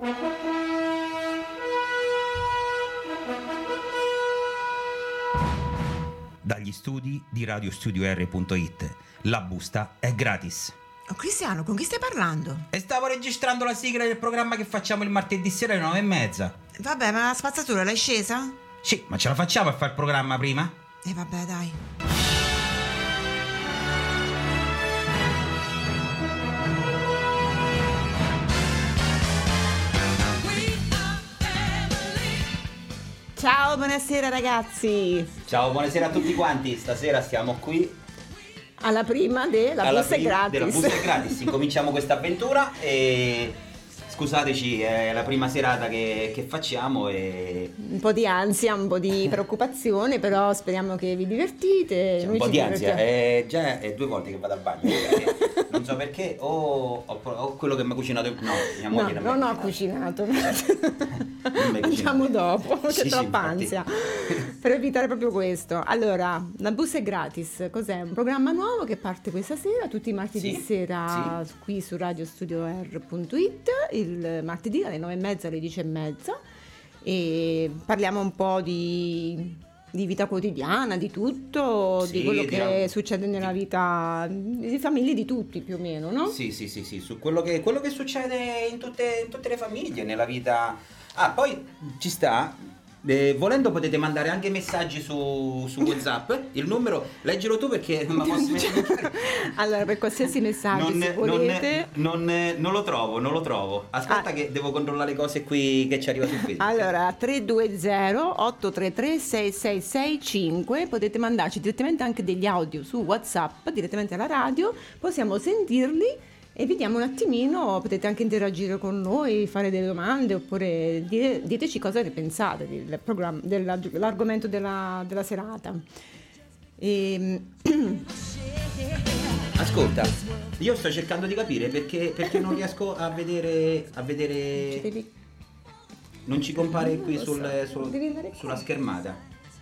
Dagli studi di radiostudio.r.it, la busta è gratis. Oh, Cristiano, con chi stai parlando? E stavo registrando la sigla del programma che facciamo il martedì sera alle 9:30. Vabbè, ma la spazzatura l'hai scesa? Sì, ma ce la facciamo a fare il programma prima? Vabbè, dai. Ciao, buonasera ragazzi. Ciao, buonasera a tutti quanti. Stasera stiamo qui alla prima della busta è gratis. Della busta è gratis. Incominciamo questa avventura e scusateci, è la prima serata che facciamo e un po' di ansia, un po' di preoccupazione, però speriamo che vi divertite. C'è un po' di ansia, già è 2 volte che vado al bagno. Non so perché, o quello che mi ha cucinato. No, mia moglie non ho cucinato. Andiamo dopo, c'è troppa ansia. Per evitare proprio questo. Allora, la busta è gratis. Cos'è? Un programma nuovo che parte questa sera, tutti i martedì sera qui su radiostudio.r.it, il martedì alle 9:30 alle 10:30, e parliamo un po' di vita quotidiana, di tutto, di quello che succede nella vita di famiglie di tutti più o meno, no? Sì, su quello che succede in tutte le famiglie, nella vita. Poi ci sta. Volendo potete mandare anche messaggi su WhatsApp. Il numero, leggilo tu perché non posso mettere. Allora, per qualsiasi messaggio se volete. Non lo trovo. Aspetta che devo controllare cose qui che ci arriva su Facebook. Allora, 320-833-6665. Potete mandarci direttamente anche degli audio su WhatsApp, direttamente alla radio. Possiamo sentirli e vediamo un attimino, potete anche interagire con noi, fare delle domande, oppure diteci cosa ne pensate del programma, dell'argomento della serata. Ascolta, io sto cercando di capire perché non riesco a vedere. Non ci compare qui sulla schermata.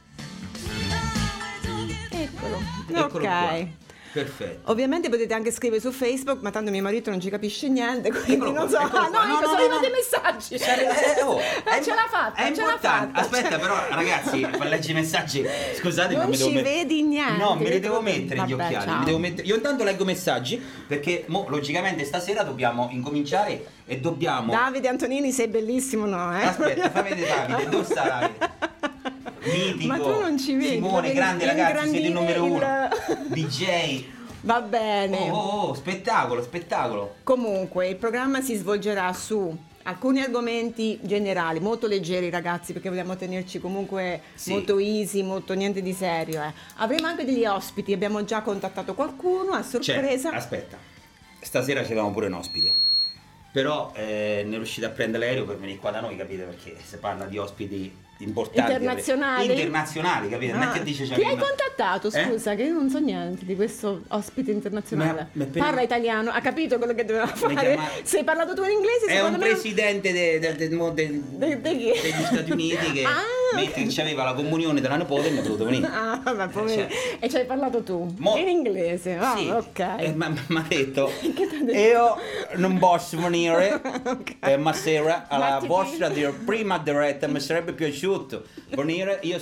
Eccolo ok. Qua. Perfetto. Ovviamente potete anche scrivere su Facebook, ma tanto mio marito non ci capisce niente, quindi non so. No, dei messaggi. Ce l'ha fatta. È importante. Aspetta, però, ragazzi, leggi i messaggi. Scusate, non ci vedi niente. No, me li devo mettere gli occhiali. Io intanto leggo messaggi perché logicamente stasera dobbiamo incominciare e dobbiamo. Davide Antonini, sei bellissimo, no? Aspetta, fammi vedere Davide, dove sta Davide? Mitico, ma tu non ci vedi, Simone, grande ragazzi, siete il numero 1. DJ. Va bene. Spettacolo. Comunque, il programma si svolgerà su alcuni argomenti generali, molto leggeri ragazzi, perché vogliamo tenerci comunque molto easy, molto niente di serio. Avremo anche degli ospiti, abbiamo già contattato qualcuno a sorpresa. Aspetta, stasera c'avevamo pure un ospite. Però ne è riuscito a prendere l'aereo per venire qua da noi, capite? Perché si parla di ospiti importanti, internazionali, capite? Non è che dice chi hai contattato? Scusa, che io non so niente di questo ospite internazionale. Parla italiano, ha capito quello che doveva fare? Se hai parlato tu in inglese, è un presidente degli Stati Uniti che mentre c'aveva la comunione della nipote e mi è voluto venire. E ci hai parlato tu in inglese? Sì. Ok. Mi ha detto io non posso venire ma sera alla vostra prima diretta mi sarebbe piaciuto venire, io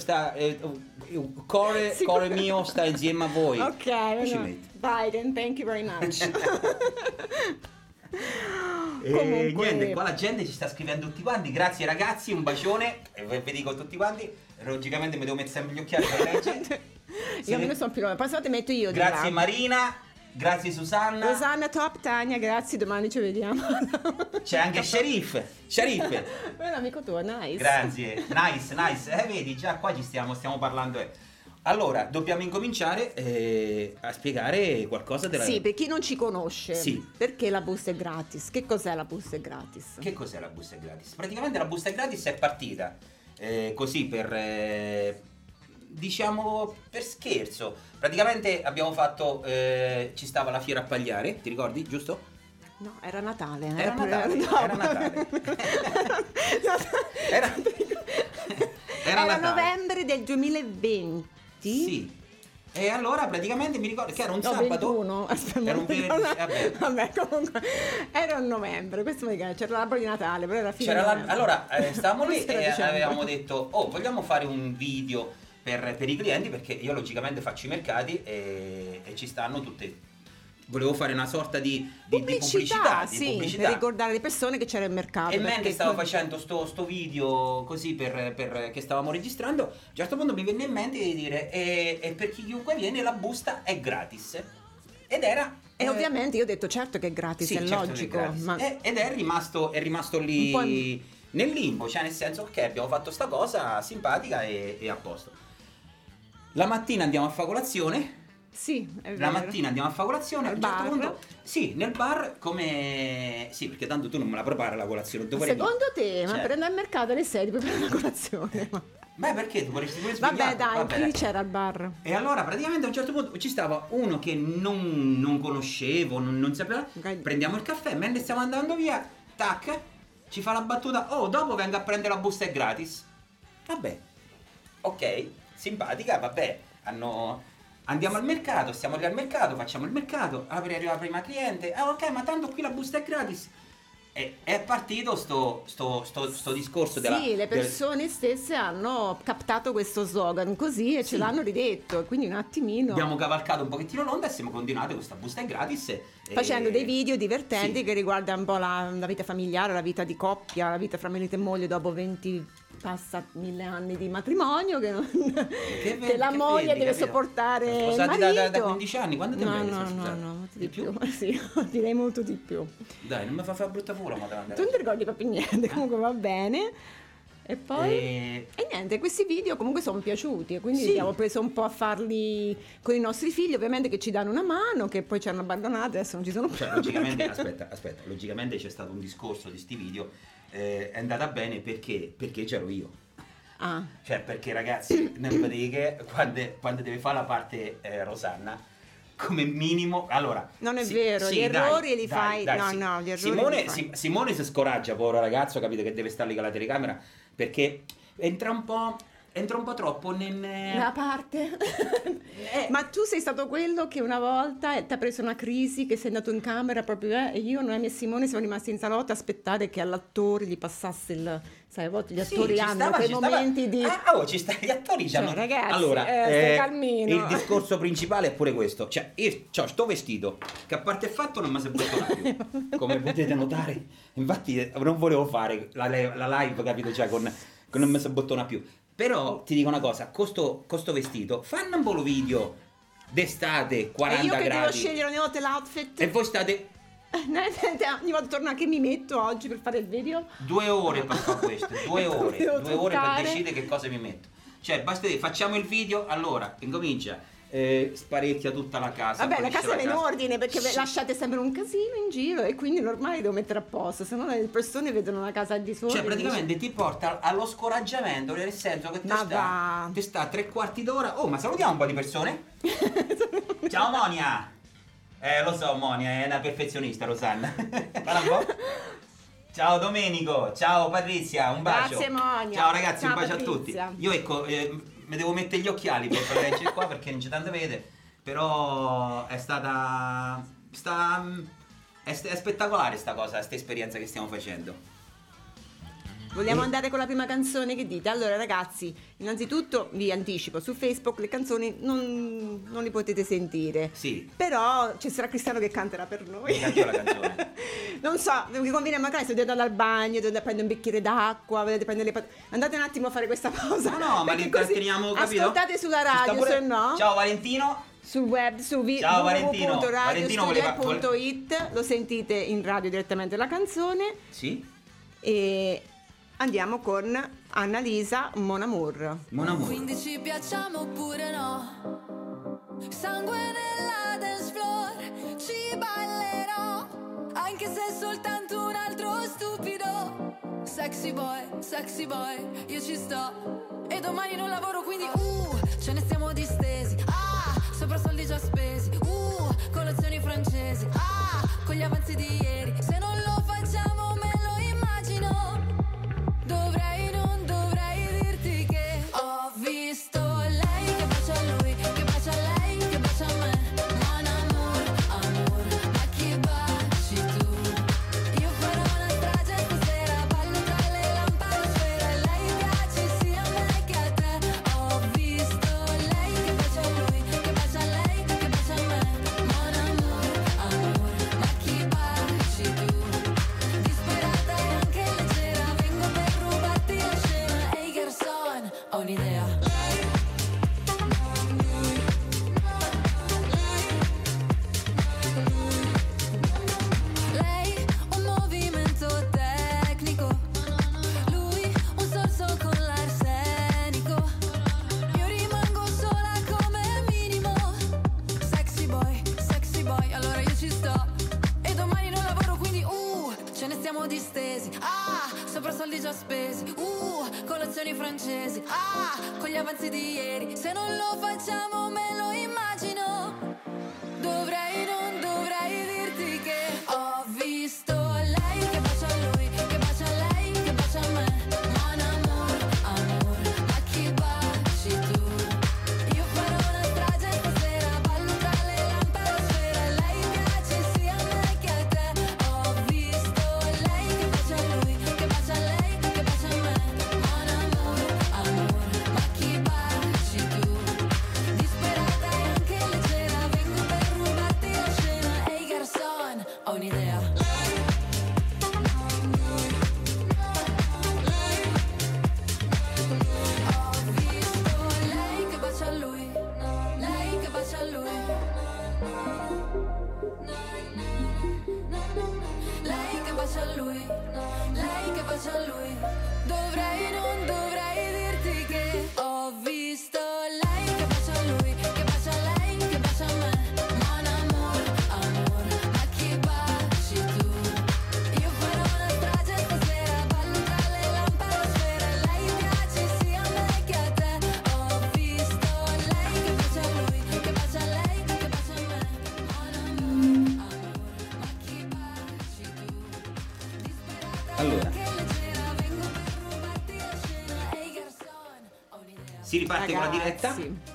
cuore mio sta insieme a voi. Biden, thank you very much. Niente, qua la gente ci sta scrivendo tutti quanti. Grazie ragazzi, un bacione. E vi dico tutti quanti, logicamente mi devo mettere sempre gli occhiali per leggere. Io me ne sono più, poi te metto io. Grazie Marina. Grazie Susanna top, Tania, grazie, domani ci vediamo. C'è anche Sharif. È un amico tuo, nice. Grazie, nice. Vedi, già qua ci stiamo parlando. Allora, dobbiamo incominciare a spiegare qualcosa della. Sì, per chi non ci conosce. Perché la busta è gratis? Che cos'è la busta è gratis? Che cos'è la busta è gratis? Praticamente la busta è gratis è partita così per diciamo per scherzo. Praticamente abbiamo fatto ci stava la fiera a Pagliare, ti ricordi, giusto? No, era Natale. Era Natale. Era novembre del 2020. Sì. E allora praticamente mi ricordo che era un sabato. 21. Aspetta, era un vabbè, comunque era un novembre, questo c'era l'albero di Natale, però era fine novembre. Allora stavamo lì e avevamo detto vogliamo fare un video per i clienti, perché io logicamente faccio i mercati e ci stanno tutte. Volevo fare una sorta di pubblicità, per ricordare le persone che c'era il mercato. E mentre stavo facendo sto video così che stavamo registrando, a un certo punto mi venne in mente di dire e per chiunque viene la busta è gratis. Ed era e ovviamente io ho detto certo che è gratis, sì, è certo logico, che è gratis. Ed è rimasto lì nel limbo, cioè nel senso che abbiamo fatto sta cosa simpatica e a posto. La mattina andiamo a fare colazione. Sì, è vero. La mattina andiamo a fare colazione, al a un certo bar. punto, sì, nel bar come. Sì, perché tanto tu non me la prepari la colazione. Secondo te, ma cioè, per andare al mercato alle 6 puoi fare la colazione? Beh, perché tu vorresti pure Vabbè, dai, chi c'era al bar? E allora praticamente a un certo punto ci stava uno che non conoscevo, non sapeva. Prendiamo il caffè, mentre stiamo andando via, tac, ci fa la battuta: oh, dopo vengo a prendere la busta, è gratis. Vabbè, ok, simpatica, vabbè, andiamo al mercato, stiamo lì al mercato, facciamo il mercato, arriva la prima cliente, ok, ma tanto qui la busta è gratis. E è partito sto discorso della. Sì, le persone stesse hanno captato questo slogan così e ce l'hanno ridetto, quindi un attimino abbiamo cavalcato un pochettino l'onda e siamo continuati, questa busta è gratis facendo dei video divertenti che riguardano un po' la vita familiare, la vita di coppia, la vita fra marito e moglie dopo 1000 anni di matrimonio che la moglie deve sopportare il marito. Da 15 anni, quando ti no, di più. Sì, direi molto di più. Dai, non mi fa fare brutta figura, madonna. Tu non ti ricordi proprio niente, comunque va bene. E poi e niente, questi video comunque sono piaciuti e quindi abbiamo preso un po' a farli con i nostri figli, ovviamente, che ci danno una mano, che poi ci hanno abbandonati, adesso non ci sono più. Cioè, logicamente, aspetta, logicamente c'è stato un discorso di sti video, è andata bene perché c'ero io. Ah. Cioè, perché ragazzi, nel pratica, quando deve fare la parte Rosanna, come minimo, allora non è vero, gli errori li fai. No, gli errori Simone si scoraggia, povero ragazzo, capito, che deve stare lì con la telecamera, perché entra un po' troppo nella parte. Ma tu sei stato quello che una volta ti ha preso una crisi, che sei andato in camera proprio e io, Noemi e Simone siamo rimasti in salotto a aspettare che all'attore gli passasse il. Sai, a volte gli attori hanno quei momenti di. Gli attori cioè, ragazzi, allora, calmino. il discorso principale è pure questo. Cioè, io c'ho sto vestito che a parte il fatto non mi si bottona più. Come potete notare, infatti non volevo fare la live, capito? Cioè, con non mi si bottona più. Però ti dico una cosa, con sto vestito, fanno un po' lo video d'estate, 40 gradi. E io che devo scegliere ogni volta l'outfit. E voi state. Ogni volta torno, che mi metto oggi per fare il video? 2 ore per fare questo, 2 ore per decidere che cosa mi metto. Cioè, basta dire, facciamo il video, allora, incomincia. Sparecchia tutta la casa. Vabbè, la casa è in ordine perché lasciate sempre un casino in giro e quindi normale devo mettere a posto, se no le persone vedono la casa al di fuori. Cioè, praticamente ti porta allo scoraggiamento, nel senso che ti sta 3/4 d'ora. Oh, ma salutiamo un po' di persone. Ciao Monia. Lo so, Monia è una perfezionista, Rosanna. Parla un po'. Ciao Domenico, ciao Patrizia, un bacio. Grazie Monia. Ciao ragazzi, ciao, un bacio Patrizia. a tutti. Io ecco, mi devo mettere gli occhiali per leggere qua perché non c'è tanto vede. Però è stata. È spettacolare sta cosa, questa esperienza che stiamo facendo. Vogliamo andare con la prima canzone, che dite? Allora ragazzi, innanzitutto vi anticipo, su Facebook le canzoni non li potete sentire. Sì. Però ci sarà Cristiano che canterà per noi. Mi canto la canzone. Non so, vi conviene magari se dovete andare al bagno, dovete prendere un bicchiere d'acqua, volete prendere andate un attimo a fare questa pausa. No, ma li intratteniamo, capito? Ascoltate sulla radio, se no. Ciao Valentino. Sul web, su www.radiostudio.it lo sentite in radio direttamente la canzone. Sì. E andiamo con Annalisa, Mon Amour. Mon Amour. Quindi ci piacciamo oppure no? Sangue nella dance floor, ci ballerò, anche se è soltanto un altro stupido. Sexy boy, io ci sto. E domani non lavoro, quindi ce ne stiamo distesi. Sopra soldi già spesi. Colazioni francesi. Con gli avanzi di ieri. Se non lo facciamo me lo immagino. Non dovrei dirti che ho visto lei che bacia a lui, che bacia a lei. ne stiamo distesi. Ah, sopra soldi già spesi. Colazioni francesi. Ah, con gli avanzi di ieri. Se non lo facciamo me lo immagino. Non dovrei dirti che ho visto lei che bacia a lui, che bacia a lei, che bacia a me. Mon amour, amor, ma chi baci tu? Io farò una strage stasera, ballo tra le lampade a sfera. Lei piace sia a me che a te. Ho visto lei che bacia a lui, che bacia a lei, che bacia a me. Mon amour, amor, ma chi baci tu? Disperata e anche leggera, vengo per rubarti la scena. Ehi garçon, ho un'idea. Ho visto lei che bacia a lui, lei che bacia a lui. Lei che bacia a lui, lei che bacia a lui. Non dovrei dirti che ho visto lei che bacia a lui, che bacia a lei, che bacia a me. Mon amour, amor, ma chi baci tu? Io farò una strage stasera, ballo tra le lampade a sfera. Lei piace sia a me che a te. Ho visto lei che bacia a lui, che bacia a lei, che bacia a me. Mon amour, amor, ma chi baci tu? Disperata Allora. che leggera, vengo per rubarti la scena. Ehi garçon, ho un'idea. Si riparte con la diretta.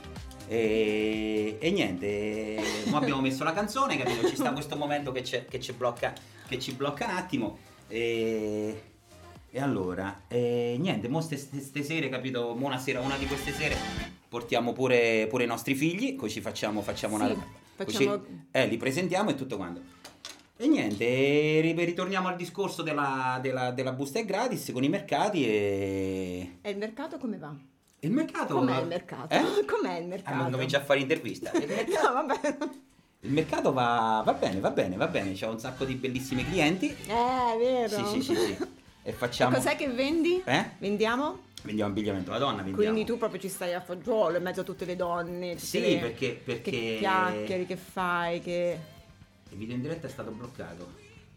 E niente, mo abbiamo messo la canzone, capito? Ci sta questo momento che ci blocca un attimo. E allora, niente, mo ste sere, capito? Mo una di queste sere portiamo pure i nostri figli, così facciamo una. Così, li presentiamo e tutto quanto. E niente, ritorniamo al discorso della busta è gratis con i mercati e il mercato come va? il mercato. Com'è il mercato? Com'è il mercato? Non comincia a fare intervista. No, vabbè. Il mercato va bene, c'è un sacco di bellissimi clienti. Vero. Sì. E facciamo. E cos'è che vendi? Vendiamo abbigliamento alla donna, vendiamo. Quindi tu proprio ci stai a fagiolo in mezzo a tutte le donne. Sì, perché che chiacchieri, che fai, che il video in diretta è stato bloccato.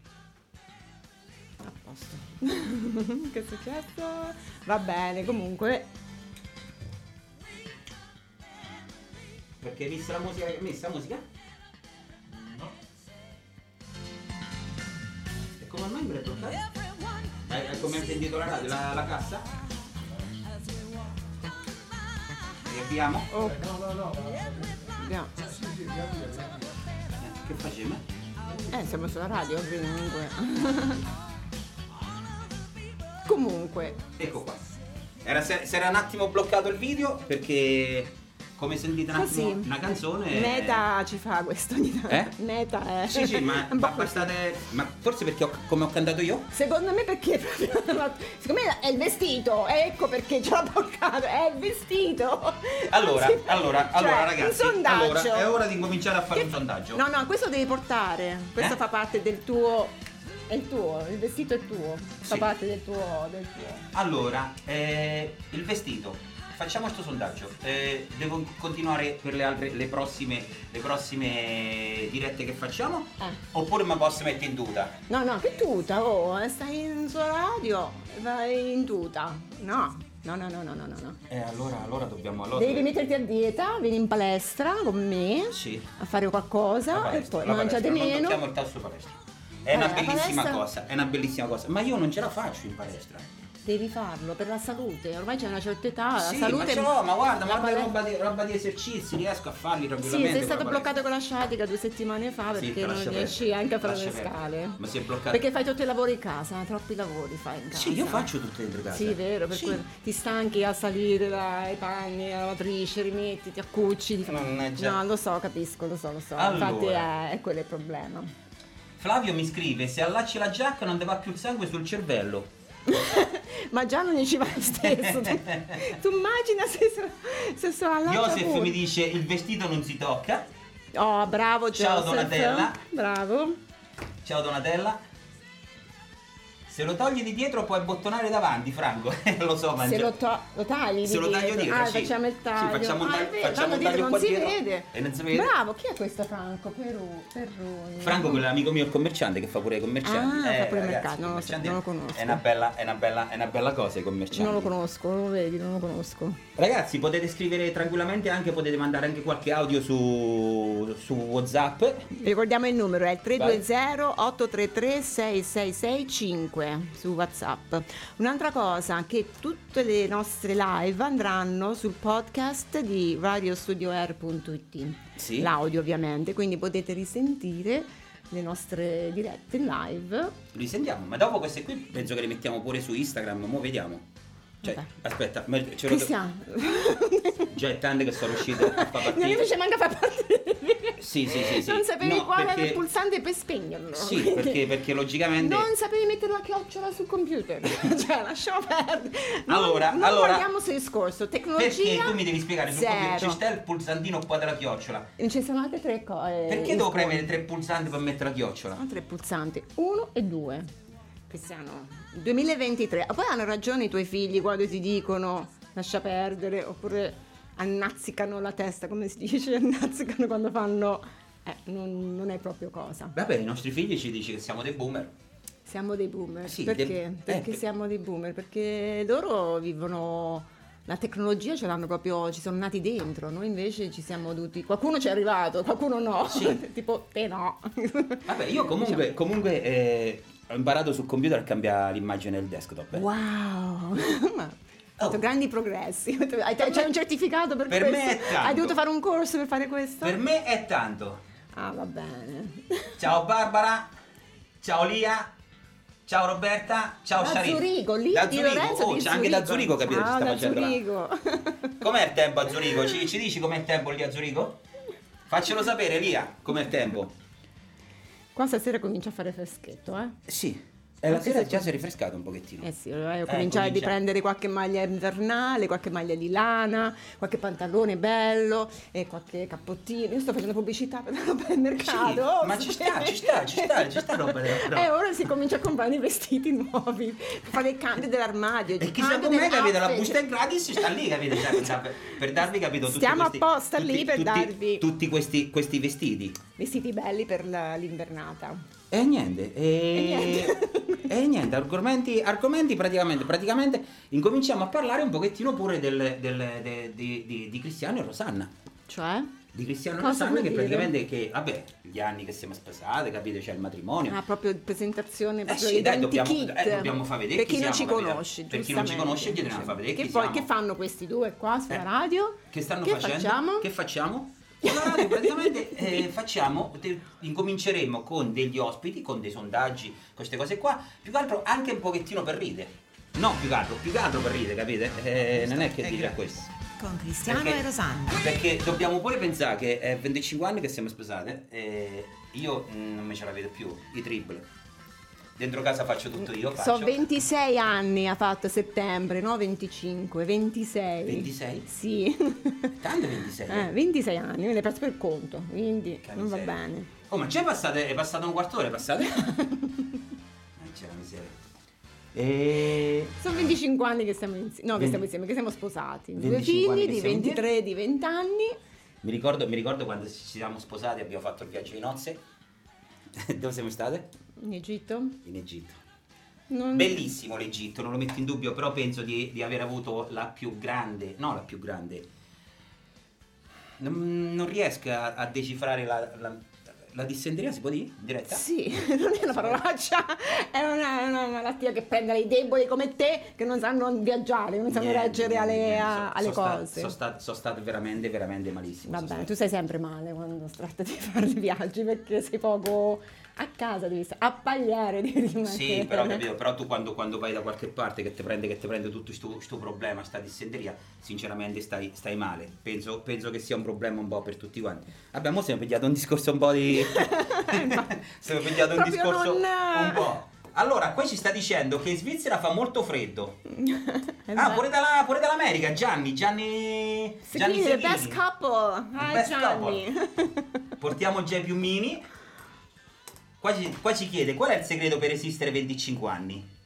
a posto. Che è successo? Va bene, comunque. Perché hai visto la musica che hai messo? La musica? No. E come mai me l'hai bloccato? Come hai sentito la radio, la cassa? Riavviamo? Oh, No. andiamo. Che facciamo? Siamo sulla radio, comunque. Ecco qua. Si era un attimo bloccato il video perché, come sentite un attimo, una canzone. Meta ci fa questo ogni tanto. Meta è. Sì, ma bastate. Ma forse perché come ho cantato io? Secondo me perché secondo me è il vestito, ecco perché ce l'ha bloccato, è il vestito. Allora, Cioè, ragazzi, un sondaggio. allora è ora di incominciare a fare un sondaggio. No, questo devi portare. Questo fa parte del tuo. È il tuo, il vestito è tuo. Fa Sì. parte del tuo. Allora, il vestito. Facciamo questo sondaggio. Devo continuare per le prossime dirette che facciamo? Oppure mi posso mettere in tuta? No, che tuta, stai in sua radio, vai in tuta. No. Allora dobbiamo. Devi metterti a dieta, vieni in palestra con me Sì. a fare qualcosa e poi mangiate Non meno. tocchiamo il tasto palestra. È una bellissima cosa, ma io non ce la faccio in palestra. Devi farlo per la salute, ormai c'è una certa età, Sì, la salute. ma ce l'ho, ma guarda, la roba di esercizi, riesco a farli Sì, tranquillamente. sei stato con la bloccato con la sciatica 2 settimane fa Sì, perché non lascia riesci perdere. anche a fare Lascia le perdere. scale. Ma si è bloccato. Perché fai tutti i lavori in casa, troppi lavori fai in casa. Sì, io faccio tutto dentro casa. Sì, vero, per Sì. cui ti stanchi a salire i panni, la lavatrice, rimetti, ti accucci. Mannaggia. No, lo so, capisco. Allora. Infatti è quello il problema. Flavio mi scrive: se allacci la giacca non ti va più il sangue sul cervello. Ma già non ci va lo stesso. Tu immagina se sono all'altra Joseph mi dice: il vestito non si tocca. Oh, bravo Ciao Joseph. Donatella. Bravo. Ciao Donatella. Se lo togli di dietro puoi bottonare davanti, Franco. Lo so, ma se lo tagli di se lo taglio dietro, sì. Facciamo il taglio. Sì, facciamo un taglio taglio qua non dietro. Si vede. E non si vede. Bravo, chi è questo Franco? Perroni. Franco, quell'amico mio, il commerciante, che fa pure i commercianti. Fa pure il ragazzi, mercato, non lo conosco. È una bella cosa i commercianti. Non lo conosco, lo vedi, non lo conosco. Ragazzi, potete scrivere tranquillamente anche, potete mandare anche qualche audio su WhatsApp. Ricordiamo il numero, è il 320-833-6665 su WhatsApp. Un'altra cosa, che tutte le nostre live andranno sul podcast di radiostudioair.it. Sì. L'audio ovviamente, quindi potete risentire le nostre dirette in live. Risentiamo, ma dopo queste qui penso che le mettiamo pure su Instagram, mo vediamo. Cioè, Vabbè. aspetta, Cristiano. già è tante che sono riuscite a far partire. Non invece manca far partire. Sì. Non sapevi quale perché... era il pulsante per spegnerlo. Sì, perché logicamente... Non sapevi mettere la chiocciola sul computer. Cioè, lasciamo perdere. Allora, non guardiamo sul discorso. Tecnologia. Perché tu mi devi spiegare sul computer zero. c'è il pulsantino qua della chiocciola. Ci sono altre 3 cose. Perché devo premere 3 pulsanti per mettere la chiocciola? Sono 3 pulsanti, 1 e 2. Cristiano, 2023. Poi hanno ragione i tuoi figli quando ti dicono lascia perdere, oppure annazzicano la testa, come si dice, annazzicano quando fanno non è proprio cosa. Vabbè, i nostri figli ci dicono che siamo dei boomer. Siamo dei boomer. Sì, perché? Perché siamo dei boomer? Perché loro vivono la tecnologia, ce l'hanno proprio, ci sono nati dentro. Noi invece ci siamo dovuti, qualcuno ci è arrivato, qualcuno no. Sì. Tipo te no. Vabbè, io comunque ho imparato sul computer a cambiare l'immagine del desktop. Wow. Hai fatto grandi progressi. C'hai un certificato per questo? Me è tanto. Hai dovuto fare un corso per fare questo? Per me è tanto. Ah, va bene. Ciao Barbara, ciao Lia, ciao Roberta, ciao Sharif. Zurigo, lì da di Zurigo. Lorenzo di C'è anche da Zurigo, capito? Ciao, ci sta da facendo Zurigo. Com'è il tempo a Zurigo? Ci dici com'è il tempo lì a Zurigo? Faccelo sapere, Lia, com'è il tempo. Qua stasera comincia a fare freschetto, Sì. E la sera già si è rifrescato un pochettino. Sì, ho cominciato a prendere qualche maglia invernale, qualche maglia di lana, qualche pantalone bello e qualche cappottino. Io sto facendo pubblicità per la roba del mercato. Sì, ma ci sta roba della E ora si comincia a comprare i vestiti nuovi, fare i cambi dell'armadio. E chissà com'è, capito? La busta è gratis, sta lì, capito? Per darvi, capito? Stiamo apposta lì per darvi tutti questi vestiti. Vestiti belli per l'invernata. E niente, argomenti praticamente incominciamo a parlare un pochettino pure di Cristiano e Rosanna. Cioè? Di Cristiano e Rosanna, che praticamente, vabbè, gli anni che siamo sposate, capite, c'è il matrimonio. Ah, proprio presentazione, proprio sì, dai, dobbiamo far vedere per chi non ci conosce, per chi non ci conosce, gli dobbiamo far vedere che fanno questi due qua sulla radio? Che stanno facendo? Che facciamo? Sulla radio praticamente incominceremo con degli ospiti, con dei sondaggi, queste cose qua, più che altro anche un pochettino per ridere. No, più che altro per ridere, capite? Non è che dire questo. Con Cristiano e Rosanna. Perché dobbiamo pure pensare che è 25 anni che siamo sposate e io non me ce la vedo più, i triple. Dentro casa faccio tutto io. Sono 26 anni, ha fatto a settembre, no 25, 26. 26? Sì. Tanto 26? 26 anni, me ne perso per conto, quindi non va bene. Oh, ma già è passato un quarto d'ora, passate? C'è la miseria. Sono 25 anni che stiamo insieme, che stiamo insieme, che siamo sposati. Due 25 figli anni di 23 e di 20 anni. Mi ricordo quando ci siamo sposati, abbiamo fatto il viaggio di nozze. Dove siamo state? In Egitto? In Egitto. Bellissimo l'Egitto, non lo metto in dubbio, però penso di aver avuto la più grande. Non riesco a decifrare la dissenteria, si può dire? In diretta? Sì, non è una parolaccia, è una malattia che prende dei deboli come te che non sanno viaggiare, non sanno reggere alle cose. Sono stato veramente, veramente malissimo. Va bene, tu sei sempre male quando si tratta di fare i viaggi perché sei poco a casa, devi appagliare, devi rimanere. Sì, però capito, però tu quando vai da qualche parte che ti prende tutto sto problema, sta dissenteria, sinceramente stai male. Penso che sia un problema un po' per tutti quanti. Abbiamo sempre pigliato un discorso un po' di siamo pigliato un discorso un po'. Allora, qua ci sta dicendo che in Svizzera fa molto freddo. Pure dall'America, Gianni Seghini, the best couple. Gianni. Portiamo J Piumini. Qua ci chiede qual è il segreto per resistere 25 anni.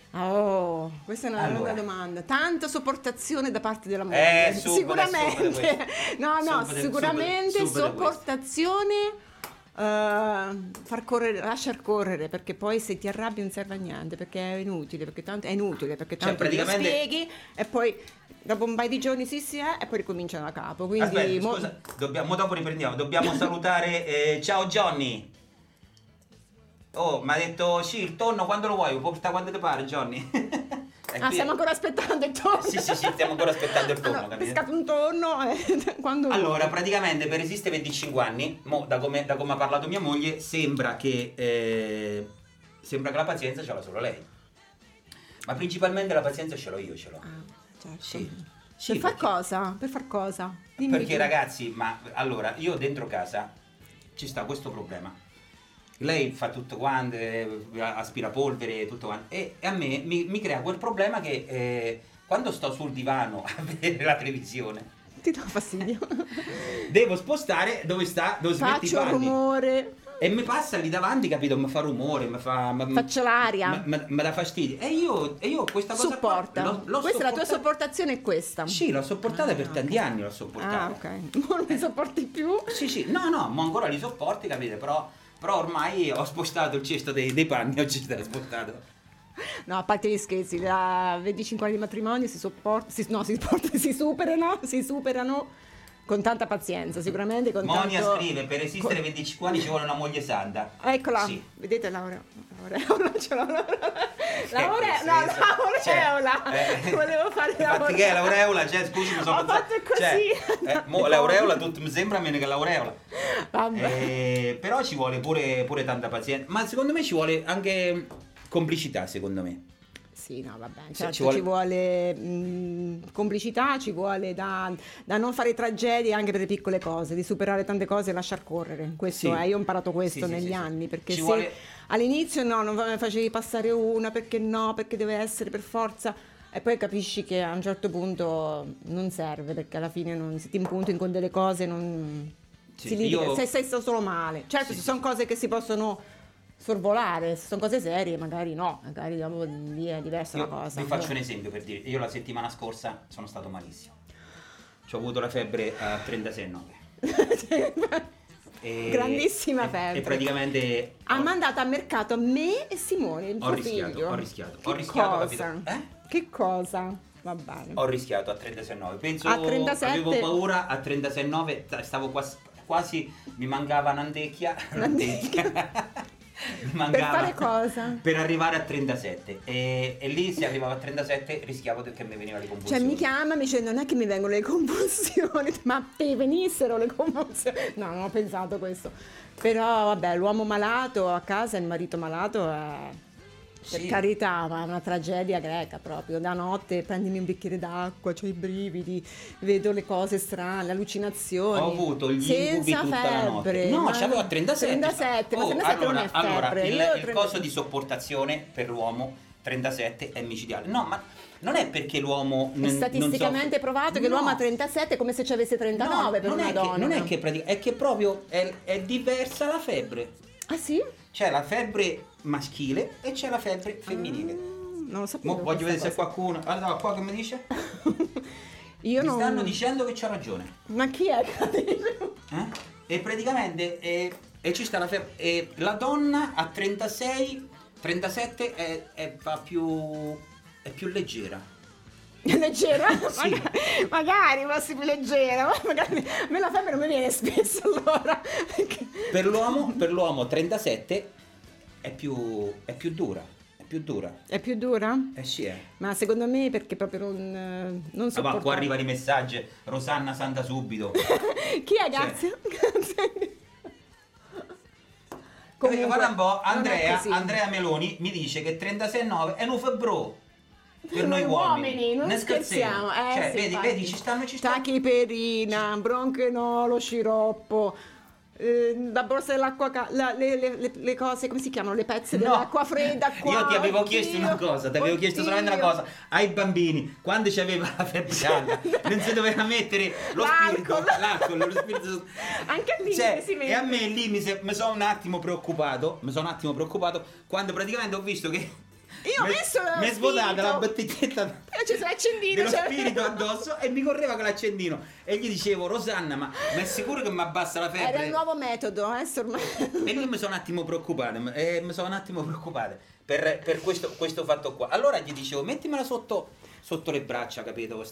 Oh, questa è una grande domanda. Tanta sopportazione da parte della moglie. Sicuramente. Sicuramente sopportazione. Far correre, lasciar correre, perché poi se ti arrabbi non serve a niente, perché è inutile, perché tanto praticamente... lo spieghi e poi dopo un paio di giorni e poi ricominciano da capo. Quindi aspetta, scusa, dopo riprendiamo, dobbiamo salutare ciao Johnny. Oh, mi ha detto sì, il tonno quando lo vuoi, può portare quando ti pare, Johnny. Stiamo ancora aspettando il tonno. Sì, stiamo ancora aspettando il tonno. Allora, pescato un tonno quando... Allora, praticamente per esistere 25 anni, da come ha parlato mia moglie, sembra che la pazienza ce l'ha solo lei. Ma principalmente la pazienza ce l'ho io, Certo. Sì, per far cosa? Dimmi perché ragazzi, allora, io dentro casa ci sta questo problema. Lei fa tutto quanto, aspirapolvere, tutto quanto, e a me mi crea quel problema che quando sto sul divano a vedere la televisione ti dà fastidio. Devo spostare dove si metti i panni. Faccio rumore. E mi passa lì davanti, capito? Mi fa rumore, faccio l'aria. Mi dà fastidio. E io questa cosa sopporta. Questa è la tua sopportazione, è questa? Sì, l'ho sopportata per tanti anni, l'ho sopportata. Ok. Non mi sopporti più? Sì. No, ma ancora li sopporti, capite? Però ormai ho spostato il cesto dei panni, oggi l'ho spostato. No, a parte gli scherzi, da 25 anni di matrimonio si superano con tanta pazienza, sicuramente. Monia scrive, per esistere 25 anni ci vuole una moglie santa. Eccola, sì. Vedete l'aureola, ce l'ho. L'aureola. Volevo fare l'aureola. Che è l'aureola? Scusi, mi sono ho fatto così. L'aureola tutto mi sembra meno che l'aureola. Vabbè. Però ci vuole pure tanta pazienza. Ma secondo me ci vuole anche complicità, secondo me. Sì, no, vabbè, certo, ci vuole complicità, ci vuole da non fare tragedie anche per le piccole cose, di superare tante cose e lasciar correre. Questo io ho imparato questo negli anni, perché se all'inizio non facevi passare una, perché deve essere per forza, e poi capisci che a un certo punto non serve, perché alla fine se ti impunti con delle cose sei stato solo male. Certo, ci sono cose che si possono sorvolare, se sono cose serie magari dopo lì è diversa la cosa. Vi faccio un esempio per dire, io la settimana scorsa sono stato malissimo, ho avuto la febbre a 36,9. Grandissima febbre, e praticamente ha mandato a mercato me e Simone, il suo figlio. Ho rischiato, cosa? Che cosa? Va bene. Ho rischiato a 36,9, penso, a 37... avevo paura, a 36,9 stavo quasi mi mancava un'andecchia. Per fare cosa? Per arrivare a 37 e lì se arrivavo a 37 rischiavo che mi venivano le convulsioni. Mi chiama, mi dice non è che mi vengono le convulsioni, ma te venissero le convulsioni. No, non ho pensato questo. Però vabbè, l'uomo malato a casa, il marito malato è... Per carità, ma è una tragedia greca proprio. Da notte prendimi un bicchiere d'acqua, c'ho i brividi, vedo le cose strane, le allucinazioni. Ho avuto gli incubi tutta la notte. No, c'avevo a 37. Ma 37 non è febbre. Il coso di sopportazione per l'uomo 37 è micidiale. No, ma non è perché l'uomo è statisticamente provato che l'uomo a 37 è come se ci avesse 39 per una donna. Non è che è che proprio è diversa la febbre. Ah sì? C'è la febbre maschile e c'è la febbre femminile. Non lo sapevo. Voglio vedere se qualcuno. Allora, qua che mi dice? Mi stanno dicendo che c'ha ragione. Ma chi è che la dice? E praticamente ci sta la febbre. La donna a 36, 37 è più leggera. Leggera? Sì. Magari fossi più leggera, magari a me la febbre non mi viene spesso allora. Per l'uomo 37 è più dura. È più dura? È più dura? Sì. Ma secondo me perché proprio non sopporta. Qua arrivano i messaggi. Rosanna Santa subito. Chi è? Grazie. Grazie. Comunque, guarda un po', Andrea Meloni mi dice che 36,9 è un febbro. Per noi uomini non scherziamo. Vedi, ci stanno. Tachiperina, bronchenolo, sciroppo, la borsa dell'acqua, le cose, come si chiamano? Le pezze dell'acqua fredda qua. Io ti avevo chiesto una cosa, solamente una cosa. Ai bambini, quando c'aveva la febbre alta, non si doveva mettere l'alcol, lo spirito. Anche lì si mette. E a me lì mi sono un attimo preoccupato quando praticamente ho visto che Io ho messo mi è svuotata la bottiglietta c'è l'accendino, dello spirito addosso e mi correva con l'accendino e gli dicevo: Rosanna, ma è sicuro che mi abbassa la febbre? Era il nuovo metodo, ormai. E lui mi sono un attimo preoccupato per questo fatto qua. Allora gli dicevo: mettimela sotto le braccia, capito?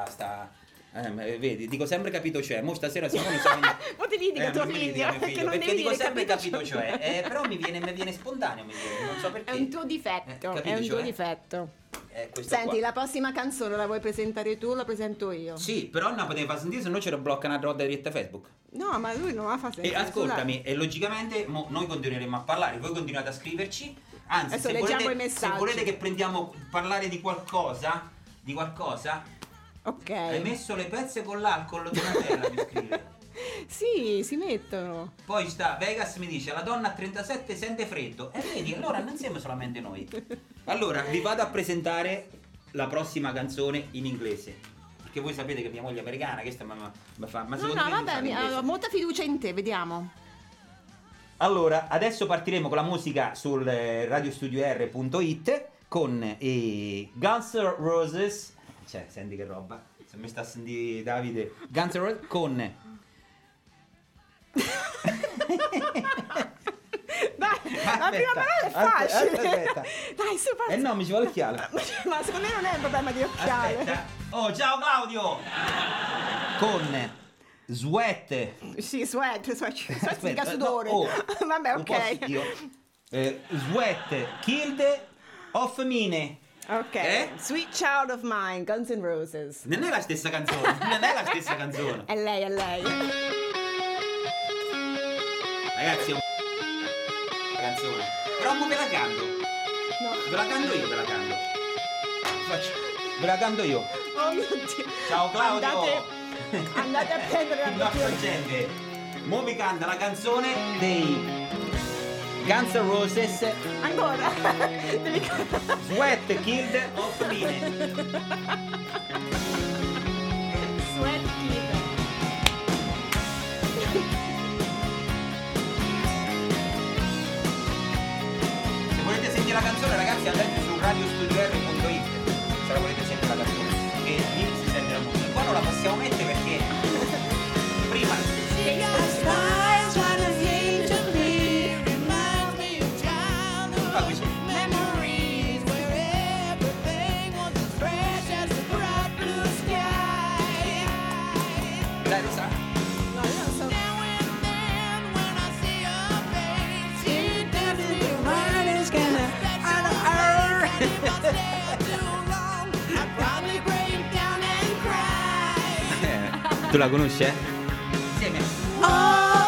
Vedi, dico sempre capito c'è. Mo stasera Simone mo ti litiga tuo figlio, perché dico sempre capito c'è. Però mi viene spontaneo, non so perché. È un tuo difetto, è un tuo difetto. Senti, qua. la prossima canzone la vuoi presentare tu o la presento io? Sì, però non la poteva sentire, se no ce lo blocca una roda diretta Facebook. No, ma lui non la fa sentire. E ascoltami, e logicamente noi continueremo a parlare, voi continuate a scriverci. Anzi, adesso se volete che parlare di qualcosa, ok. Hai messo le pezze con l'alcol Donatella, mi scrive. Sì, si mettono. Poi sta Vegas, mi dice: la donna a 37 sente freddo. E vedi, allora non siamo solamente noi. Allora vi vado a presentare la prossima canzone in inglese, perché voi sapete che mia moglie è americana, questa mi fa. Ma no, vabbè, ho molta fiducia in te, vediamo. Allora, adesso partiremo con la musica sul radiostudio.r.it con i Guns N' Roses. Cioè, senti che roba. Se mi sta a sentire Davide, Guns N' Roses con Dai, la prima parola è facile. Aspetta. Dai, su, Eh no, mi ci vuole occhiale. Ma secondo me non è un problema di occhiale. Aspetta. Oh, ciao Claudio. Con Sweat. Sì, sweat significa No, sudore. Vabbè, ok. Sweat Killed of Mine. Ok. Sweet Child of Mine, Guns N' Roses. Non è la stessa canzone. È lei. Ragazzi, è una canzone. Però mo ve la canto. No. Ve la canto io. Ve la canto io. Oh mio Dio. Ciao Claudio. Andate a prendere la Il nostro bottiglia. gente. Mo mi canta la canzone dei Guns N' Roses. Ancora. Sweat Killed of Mine. Sweat Killed. Se volete sentire la canzone, ragazzi, andate su radiostudio.it. Se la volete sentire la canzone, che lì si sente la musica. Qua non la possiamo mettere perché prima così. Dai, lo sa? No, io non so. Tu la conosci? Insieme.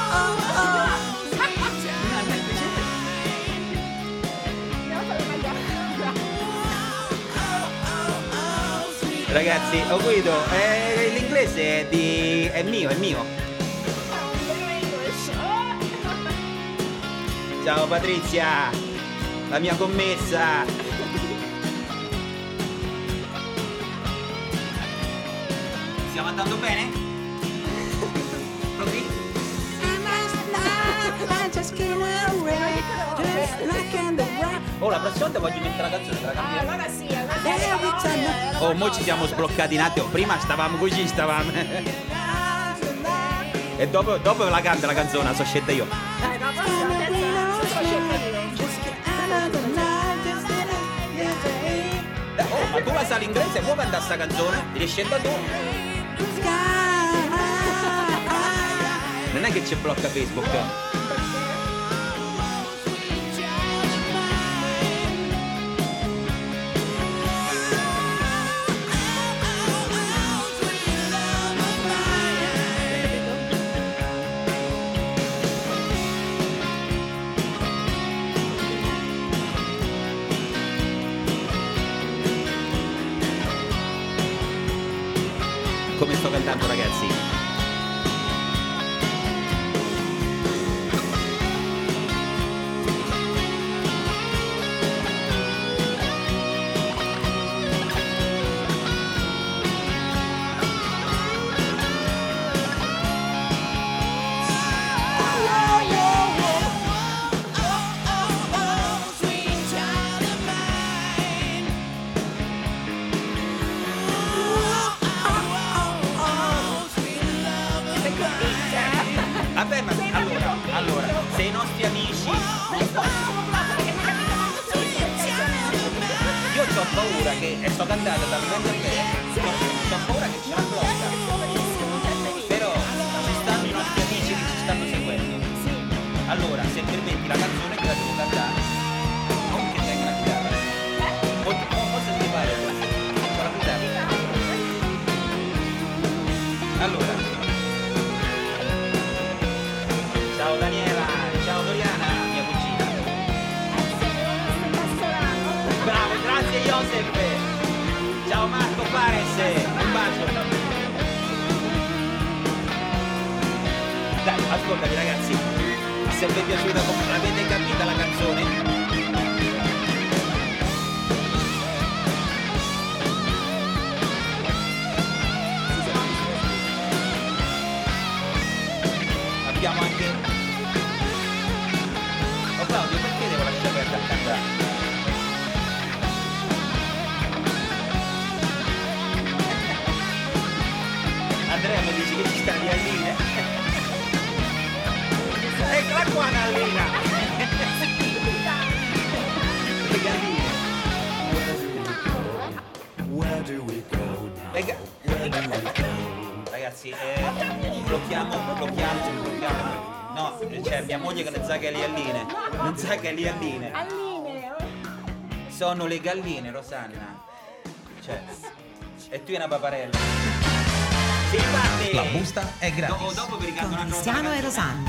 Ragazzi, ho Guido, l'inglese è mio. Ciao Patrizia, la mia commessa. Stiamo andando bene? Così? Oh, la prossima volta voglio mettere la canzone, te la cambiamo. Allora sì, Oh, mo ci siamo sbloccati un attimo. Prima stavamo così, E dopo ve la canto la canzone, la so scelta io. Oh, ma tu la sai l'inglese, puoi cantare sta canzone? L'hai scelta tu? Non è che ci blocca Facebook. Come sto cantando, ragazzi? paura che sto cantando talmente bene, ho paura che ce la blocca. Però ci stanno i nostri amici che ci stanno seguendo. Allora, se permetti la canzone che la devo cantare, non che tenga la chitarra. Cosa ti pare? Con la chitarra. Allora. Ciao Daniela, ciao Doriana, mia cugina. Bravo, grazie Joseph. Ciao Marco Pares, un bacio. Dai, ascoltami ragazzi, se vi è piaciuta, avete capita la canzone? Abbiamo anche... Oh Claudio, perché devo lasciare perdere a cantare? Andrea mi dice che ci sta le galline. Eccola qua gallina. Le galline. Ragazzi, blocchiamo. No, cioè mia moglie che ne sa che è le galline. Non sa che è le galline. Sono le galline, Rosanna. Cioè, e tu è una paparella. Sì, infatti. La busta è gratis. Dopo vi ricanto Con una Cristiano e Rosanna.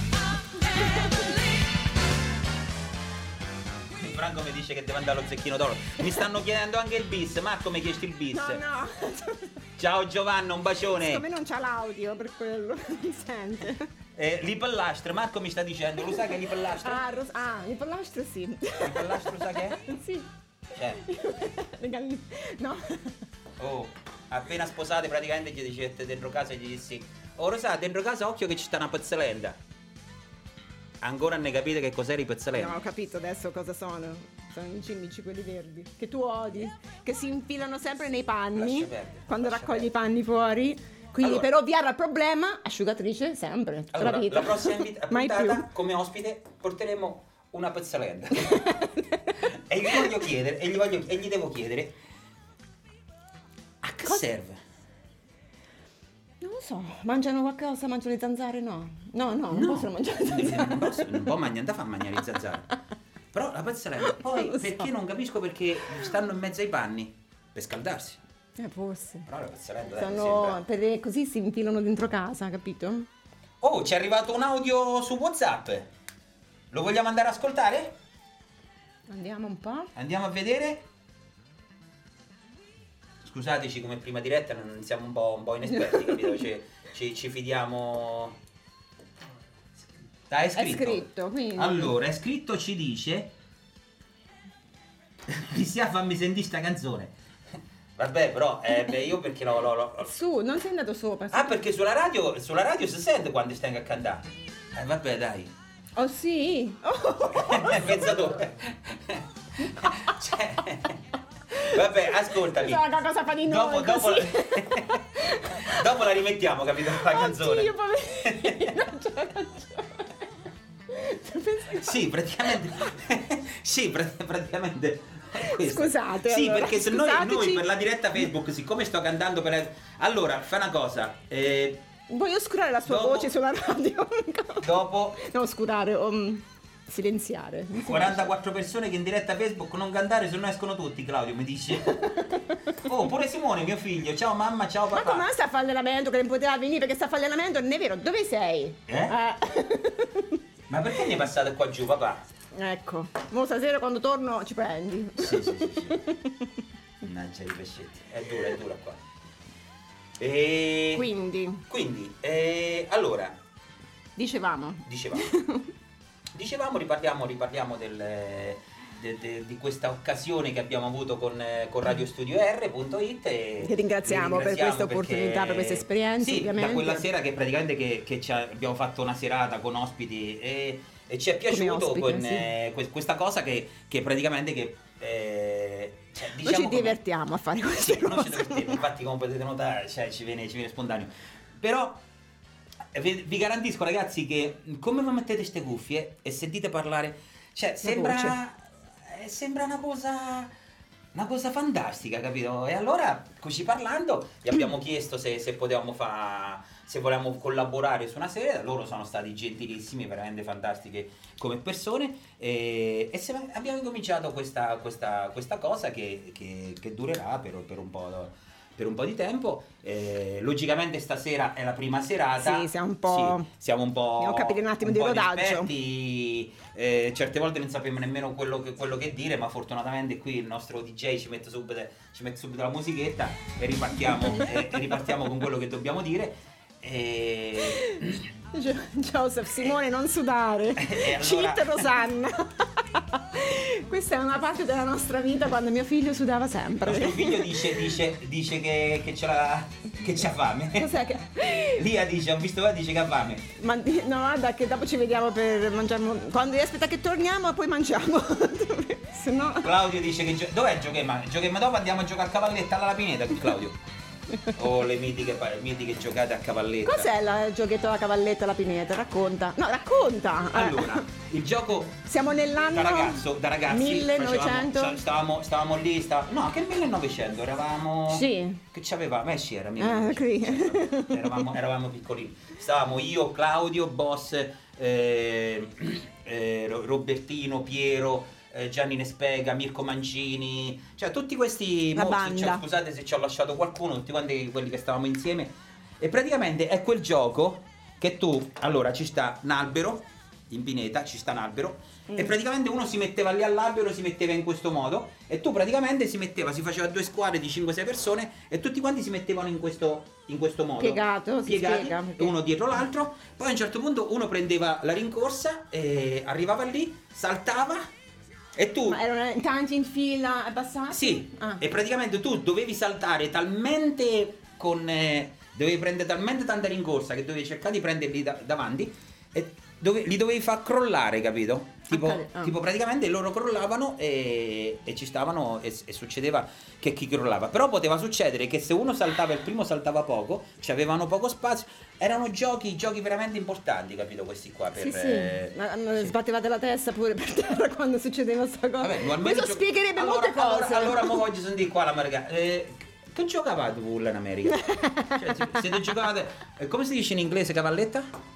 Franco mi dice che deve andare allo Zecchino d'Oro. Mi stanno chiedendo anche il bis. Marco mi ha chiesto il bis. No. Ciao Giovanna, un bacione. Come non c'ha l'audio, per quello non sente. L'ipellastro, Marco mi sta dicendo, lo sa che è l'ipellastro? L'ipellastro sì. L'ipellastro sa che è? Sì. Le galline. No. Oh, appena sposate praticamente gli dicete dentro casa e gli dissi: oh Rosa, dentro casa occhio che ci sta una pezzolenda. Ancora ne capite che cos'era i pezzolenti? No, ho capito adesso cosa sono. Sono i cimici, quelli verdi. Che tu odi. Che si infilano sempre nei panni. Lascia perdere, quando lascia raccogli perdere. i panni fuori. Quindi Allora, per ovviare al problema, asciugatrice sempre, tutta allora, la vita. la prossima Mai puntata più. come ospite porteremo una pezzolenda. E gli voglio chiedere, e gli devo chiedere a che serve? Non lo so, mangiano qualcosa, mangiano le zanzare? No, non possono mangiare le zanzare. Non può mangiare, fa mangiare le zanzare. Però la pezzolenda, poi Non lo so. perché non capisco perché stanno in mezzo ai panni per scaldarsi. Forse. Però la pezzolenda dai, mi Sono, sembra. così si infilano dentro casa, capito? Oh, ci è arrivato un audio su WhatsApp. Lo vogliamo andare a ascoltare? Andiamo un po'. Andiamo a vedere. Scusateci, come prima diretta non siamo un po' inesperti, capito? Ci fidiamo. È scritto. È scritto, quindi. Allora, è scritto, ci dice: Cristiano, fammi sentire sta canzone. Vabbè, però, io perché Su, non sei andato sopra. Ah, perché sulla radio si sente quando stai a cantare. Vabbè, dai. Oh sì? Pensatore. Cioè, vabbè, ascoltami. Chissà cosa fa di noi Dopo la rimettiamo, capito? La canzone. Oddio, poverino, c'è ragione. Sì, praticamente. Questo. Scusate. Sì, allora, perché se scusateci. noi per la diretta Facebook, siccome sto cantando allora, fai una cosa. Voglio oscurare la sua dopo- voce sulla radio. Dopo No, oscurare, silenziare. 44 persone che in diretta Facebook non cantare, se no escono tutti, Claudio mi dice. Oh, pure Simone, mio figlio. Ciao mamma, ciao Ma papà. come sta a fare allenamento che non poteva venire perché sta a fare allenamento? Non è vero, dove sei? Ma perché ne passate qua giù, papà? Ecco, mo stasera quando torno ci prendi. Sì. Mannaggia i pescetti. È dura qua. Quindi, allora, dicevamo, riparliamo di questa occasione che abbiamo avuto con radiostudio.r.it Che ringraziamo per questa opportunità, per questa esperienza, sì, ovviamente. da quella sera che praticamente che abbiamo fatto una serata con ospiti e ci è piaciuto ospite, questa cosa che praticamente noi ci divertiamo a fare queste noi ci cose. divertiamo, infatti come potete notare ci viene spontaneo, però vi garantisco ragazzi che come vi mettete ste cuffie e sentite parlare, cioè sembra una cosa una cosa fantastica, capito? E allora, così parlando, gli abbiamo chiesto se potevamo se volevamo collaborare su una serie. Loro sono stati gentilissimi, veramente fantastiche come persone, e abbiamo incominciato questa cosa che durerà per un po' di tempo. Logicamente stasera è la prima serata. Sì, siamo un po'. Dobbiamo capire un attimo di rodaggio. Certe volte non sappiamo nemmeno quello che dire, ma fortunatamente qui il nostro DJ ci mette subito la musichetta e ripartiamo con quello che dobbiamo dire. Joseph, Simone, non sudare. Allora... Cheat Rosanna. Questa è una parte della nostra vita quando mio figlio sudava sempre. Il nostro figlio dice che c'ha fame. Cos'è che... Lia dice, ho visto dice che ha fame. Ma no, guarda che dopo ci vediamo per mangiare. Quando aspetta che torniamo poi mangiamo. Sennò... Claudio dice che dov'è Giochema? Giochema, dopo andiamo a giocare a cavalletta alla Pineta, Claudio. Le mitiche giocate a cavalletta. Cos'è il giochetto alla cavalletta alla Pineta? Racconta. Allora, il gioco. Siamo nell'anno da ragazzi 1900. Stavamo lì. No, che 1900 eravamo. Sì. Che c'avevamo? Sì, era 1900. Eravamo piccolini. Stavamo io, Claudio, Boss, Robertino, Piero, Gianni Nespega, Mirko Mancini, cioè tutti questi scusate se ci ho lasciato qualcuno, tutti quanti quelli che stavamo insieme. E praticamente è quel gioco che tu, allora ci sta un albero in Pineta, ci sta un albero e praticamente uno si metteva lì all'albero, si metteva in questo modo e tu praticamente si faceva 2 squadre di 5-6 persone e tutti quanti si mettevano in questo modo piegati, uno dietro l'altro. Poi a un certo punto uno prendeva la rincorsa e arrivava lì, saltava. E tu... Ma erano tanti in fila abbassati? Sì, e praticamente tu dovevi saltare talmente dovevi prendere talmente tanta rincorsa che dovevi cercare di prenderli davanti e li dovevi far crollare, capito? Tipo praticamente loro crollavano e ci stavano e succedeva che chi crollava. Però poteva succedere che se uno saltava, il primo saltava poco, ci avevano poco spazio. Erano giochi veramente importanti, capito, questi qua. Sì. Sbattevate la testa pure per terra quando succedeva sta cosa. Vabbè, questo spiegherebbe molte cose. Allora mo voglio sentire qua l'America. Che giocavate voi in America? Cioè, siete giocate... come si dice in inglese cavalletta?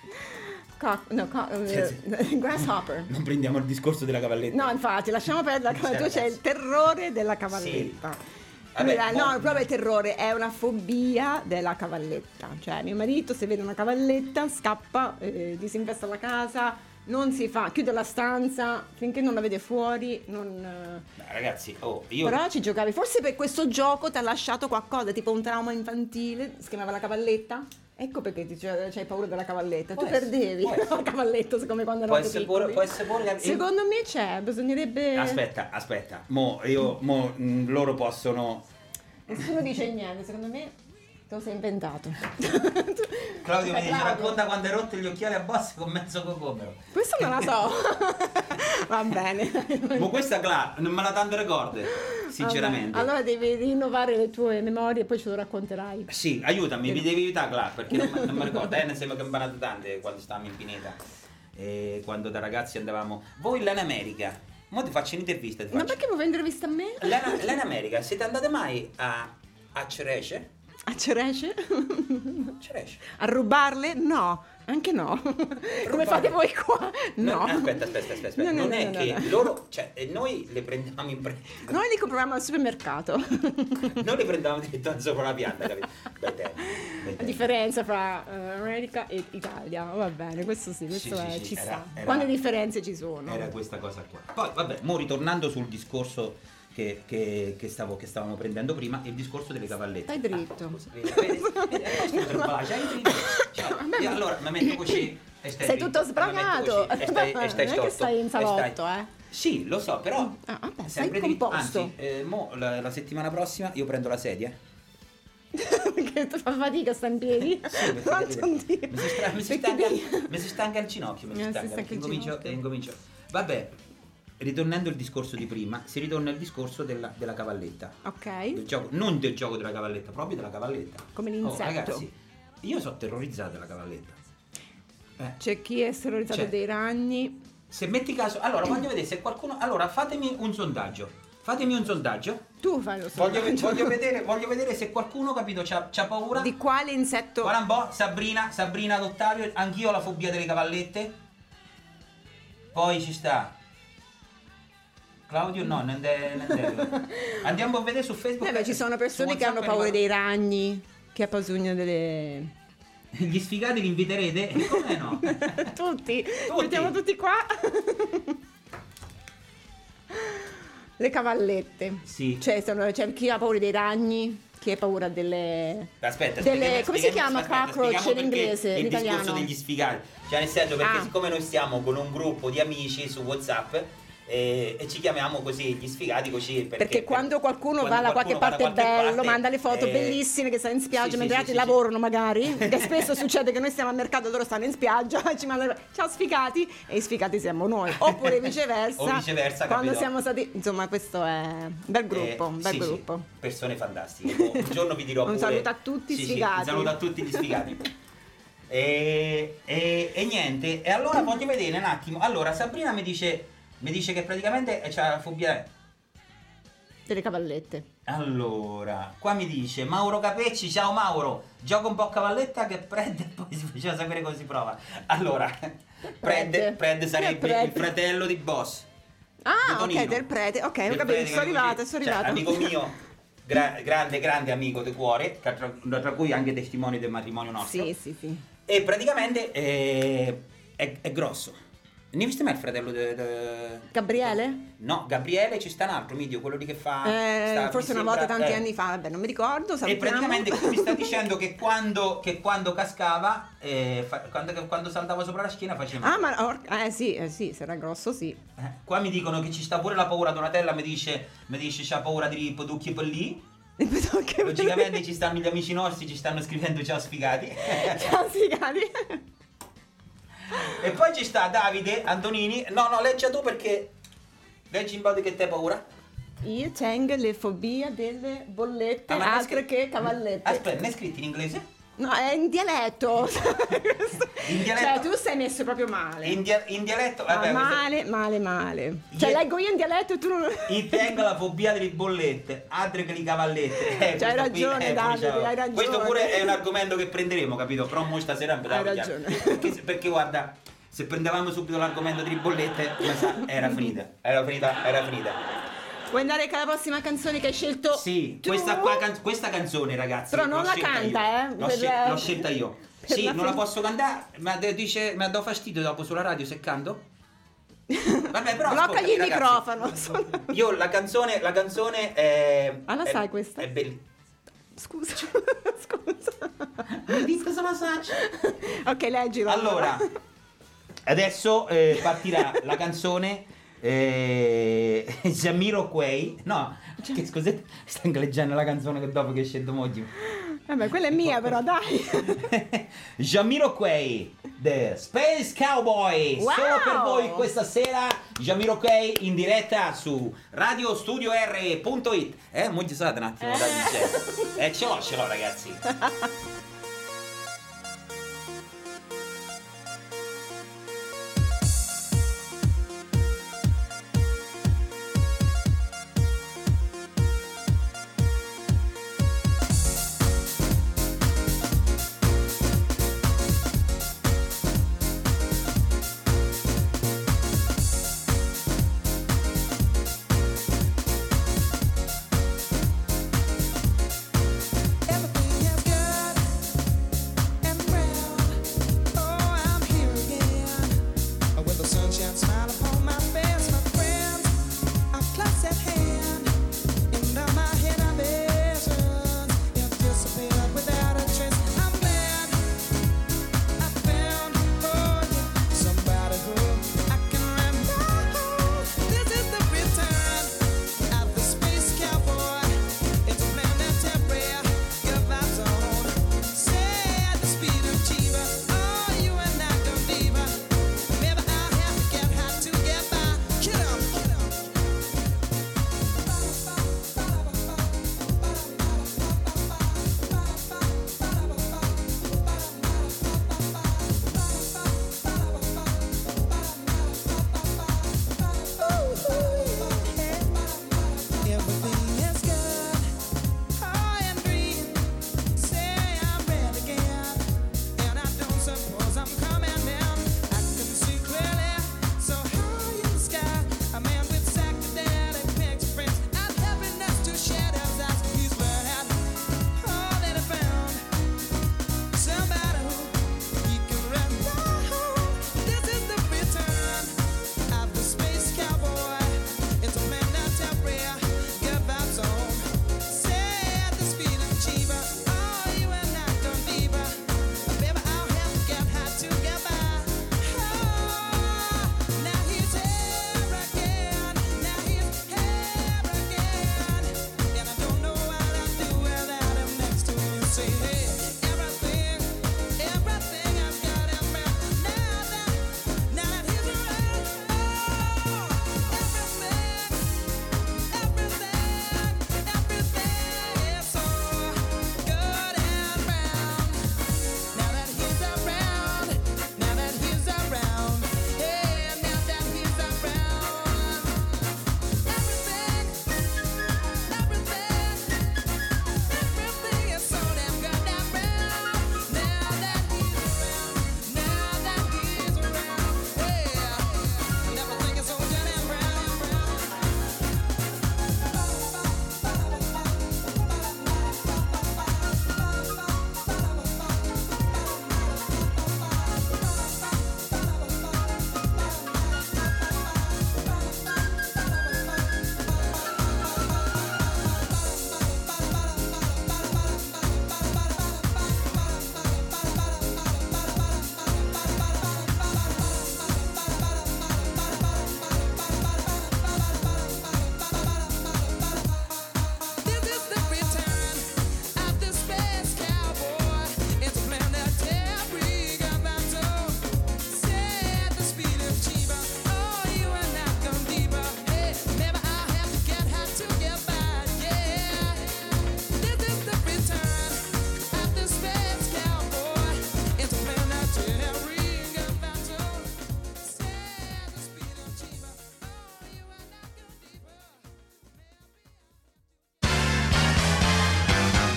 Grasshopper. Non prendiamo il discorso della cavalletta. No, infatti, lasciamo perdere la cavalletta. C'è il terrore della cavalletta. Sì. Vabbè, no, proprio il terrore, è una fobia della cavalletta. Cioè, mio marito se vede una cavalletta scappa, disinfesta la casa, non si fa, chiude la stanza finché non la vede fuori. Ragazzi, io... Però ci giocavi, forse per questo gioco ti ha lasciato qualcosa, tipo un trauma infantile, si chiamava la cavalletta. Ecco perché c'hai paura della cavalletta. Tu perdevi la cavalletta, come quando eravamo piccoli. Può essere pure. Secondo me bisognerebbe... Aspetta, loro possono... Nessuno dice niente, secondo me te lo sei inventato. Claudio mi dice, racconta quando hai rotto gli occhiali a Boss con mezzo cocomero. Questo non la so. Va bene. Ma questa non me la tanto ricordo, sinceramente. Allora devi rinnovare le tue memorie e poi ce lo racconterai. Sì, aiutami, mi devi aiutare, Cla, perché non mi ricordo. Ne sembra che ho imparato tante quando stavamo in Pineta. Quando da ragazzi andavamo. Voi là in America, mo ti faccio un'intervista. Ma perché vuoi vendere intervista a me? Là in America, siete andate mai a Cerece? A Cerece? Cerece. A rubarle? No, anche no. Come fate voi qua? No. Aspetta. No, non è che loro, cioè, noi le prendiamo in prestito. Noi li compriamo al supermercato. Noi le prendiamo addirittura sopra la pianta, capito? La differenza fra America e Italia, va bene, questo sì, ci sta. Quante differenze ci sono? Era questa cosa qua. Poi, vabbè, mo ritornando sul discorso che stavamo prendendo prima, il discorso delle cavallette. Stai dritto. Allora mi metto così e sei tutto sbranato. Non è che stai in salotto, Sì, lo so, però stai composto. Anzi, mo la settimana prossima io prendo la sedia. Perché tu fa fatica a stare in piedi? Sì, mi si stanca il ginocchio, incomincio. Vabbè. Ritornando al discorso di prima, si ritorna al discorso della cavalletta. Ok. Non del gioco della cavalletta, proprio della cavalletta. Come l'insetto. Ragazzi, io sono terrorizzato dalla cavalletta. C'è chi è terrorizzato dei ragni. Se metti caso, allora voglio vedere se qualcuno. Allora fatemi un sondaggio. Fatemi un sondaggio. Tu fai lo sondaggio. Voglio vedere se qualcuno, capito, c'ha paura. Di quale insetto? Guarda un po', Sabrina D'Ottavio, anch'io ho la fobia delle cavallette. Poi ci sta Claudio, no, non andiamo a vedere su Facebook. Ci sono persone che hanno paura dei ragni, che appasiognano delle... Gli sfigati li inviterete? Come no? Tutti. Mettiamo tutti qua. Le cavallette. Sì. C'è chi ha paura dei ragni, chi ha paura delle... Aspetta, come si chiama cockroach in inglese, in italiano? Il discorso degli sfigati. Cioè nel senso, perché siccome noi stiamo con un gruppo di amici su WhatsApp e ci chiamiamo così gli sfigati, così perché quando qualcuno va da qualche parte bello, manda le foto bellissime che stanno in spiaggia, mentre altri lavorano magari, che spesso succede che noi stiamo al mercato e loro stanno in spiaggia e ci mandano ciao sfigati, e i sfigati siamo noi, oppure viceversa quando siamo stati, insomma, questo è un bel gruppo, gruppo. Persone fantastiche. Un giorno vi dirò un saluto a tutti sfigati. Un saluto a tutti gli sfigati. E niente, e allora voglio vedere un attimo. Allora Sabrina mi dice che praticamente c'ha la fobia delle cavallette. Allora, qua mi dice Mauro Capecci, ciao Mauro, gioco un po' a cavalletta che Pred e poi si faceva sapere come si prova. Allora, Pred sarebbe il fratello di Boss. Ok, del prete, ok, ho capito, sono arrivata. Cioè, amico mio, grande amico di cuore, tra cui anche testimone del matrimonio nostro. Sì. E praticamente è grosso. Ne hai visto mai il fratello Gabriele? No, Gabriele, ci sta un altro video, quello lì che fa... forse una volta tanti anni fa, vabbè, non mi ricordo. E praticamente mi sta dicendo che quando cascava, quando saltava sopra la schiena faceva... sì, se era grosso sì. Qua mi dicono che ci sta pure la paura. Donatella mi dice c'ha paura di Poducchi e Pellì. Logicamente ci stanno gli amici nostri, ci stanno scrivendo ciao sfigati. Ciao sfigati. E poi ci sta Davide Antonini. No, leggi tu, perché leggi in modo che te hai paura. Io tengo le fobie delle bollette, altre che cavallette. Aspetta, ne è scritto in inglese? No, è in dialetto. In dialetto? Cioè, tu sei messo proprio male. In dialetto? Vabbè, male. Cioè, leggo io in dialetto e tu non... Io tengo la fobia delle bollette, altre che le cavallette. Hai ragione, Davide, hai ragione. Questo pure è un argomento che prenderemo, capito? Però mo stasera hai ragione. Perché guarda, se prendevamo subito l'argomento delle bollette, era finita. Vuoi andare con la prossima canzone che hai scelto? Sì, tu? questa canzone, ragazzi. Però non la canta, l'ho scelta io. Sì, non la posso cantare, ma dice, mi ha dato fastidio dopo sulla radio se canto. Vabbè, però bloccagli il microfono. Io la canzone è... la sai questa? È bellissima. Scusa. Mi dico se la sai. Ok, leggilo. Allora, adesso partirà la canzone Jamiroquai. No, che scusate, sto ingleggiando la canzone che dopo che è scelto Moggi. Vabbè, quella è mia, però dai. Jamiroquai, The Space Cowboy. Wow! Solo per voi questa sera Jamiroquai in diretta su radiostudior.it. Moggi, state un attimo da DJ. Ce l'ho ragazzi. Everything has got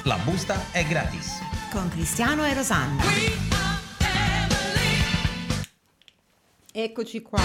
La busta è gratis. Con Cristiano e Rosanna. Eccoci qua.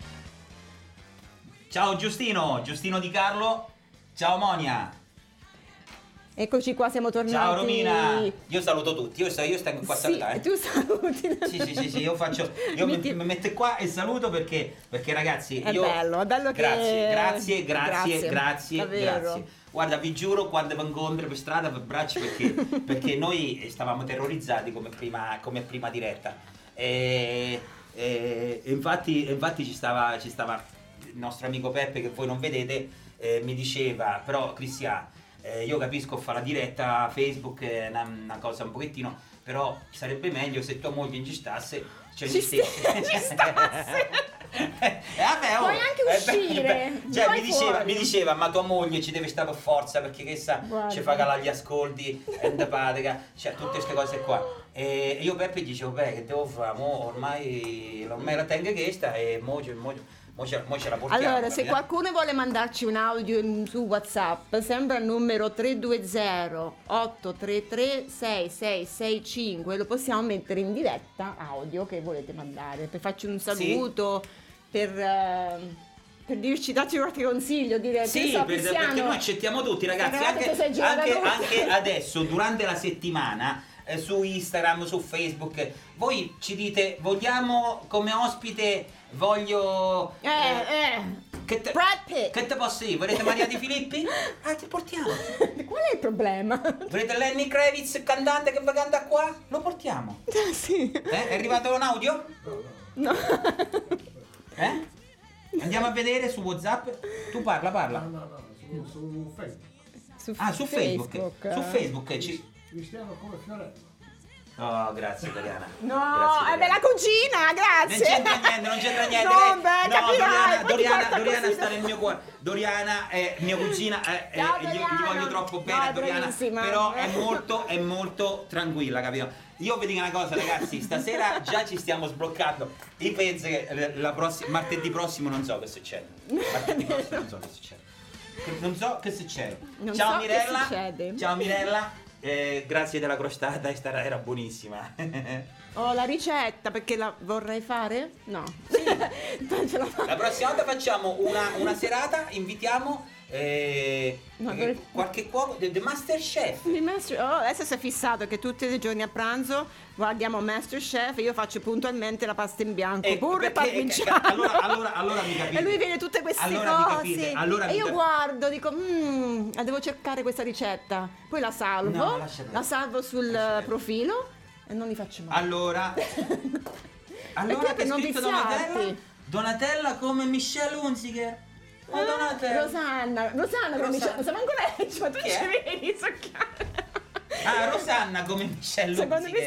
Ciao Giustino Di Carlo. Ciao Monia. Eccoci qua, siamo tornati. Ciao Romina. Io saluto tutti, io sto qua a salutare. Tu saluti. Sì, io mi metto qua e saluto perché ragazzi, è bello grazie. Davvero. Guarda, vi giuro, quando vi incontro per strada vi abbraccio perché noi stavamo terrorizzati come prima diretta. E infatti ci stava il nostro amico Peppe, che voi non vedete, mi diceva, però Cristian, io capisco fare la diretta Facebook è una cosa un pochettino, però sarebbe meglio se tua moglie non ci stasse, cioè ci stesse. Vabbè, puoi anche uscire. Mi diceva, ma tua moglie ci deve stare per forza, perché che ci fa calare gli ascolti, è empatica, cioè tutte queste cose qua. E io Peppe dicevo, beh, che devo fare? Ormai la tengo questa e mo ce la portiamo. Allora, se qualcuno vuole mandarci un audio su WhatsApp, sembra il numero 320-833-6665, lo possiamo mettere in diretta audio che volete mandare, per farci un saluto, per dirci, darci qualche consiglio, dire perché noi accettiamo tutti, ragazzi, anche adesso durante la settimana. Su Instagram, su Facebook, voi ci dite vogliamo come ospite, voglio che te posso dire? Volete Maria Di Filippi? Ti portiamo. Qual è il problema? Volete Lenny Kravitz, cantante che va canta qua? Lo portiamo. Sì. È arrivato un audio? No. Andiamo a vedere su WhatsApp. Tu parla. No, su Facebook. Su Facebook. Su Facebook Cristiano come Fiorello. Oh, grazie Doriana. No, la cugina, grazie. Non c'entra niente. Doriana sta nel mio cuore. Doriana è mia cugina, gli voglio troppo bene a Doriana, però è molto tranquilla, capito? Io vi dico una cosa, ragazzi, stasera già ci stiamo sbloccando. Io penso che martedì prossimo non so che succede. Non so che succede. Ciao Mirella. Grazie della crostata, era buonissima. La ricetta, perché la vorrei fare? No. Sì. La prossima volta facciamo una serata, invitiamo qualche cuoco del Masterchef. Adesso si è fissato che tutti i giorni a pranzo guardiamo Masterchef e io faccio puntualmente la pasta in bianco, burro e parmigiano. Allora mi capite. E lui vede tutte queste cose. E io guardo, dico, devo cercare questa ricetta. Poi la salvo, sul profilo e non li faccio mai. Allora che è scritto Donatella come Michelle Hunziker. Rosanna come Michelle, siamo ancora ma tu ci vedi Rosanna come Michelle secondo me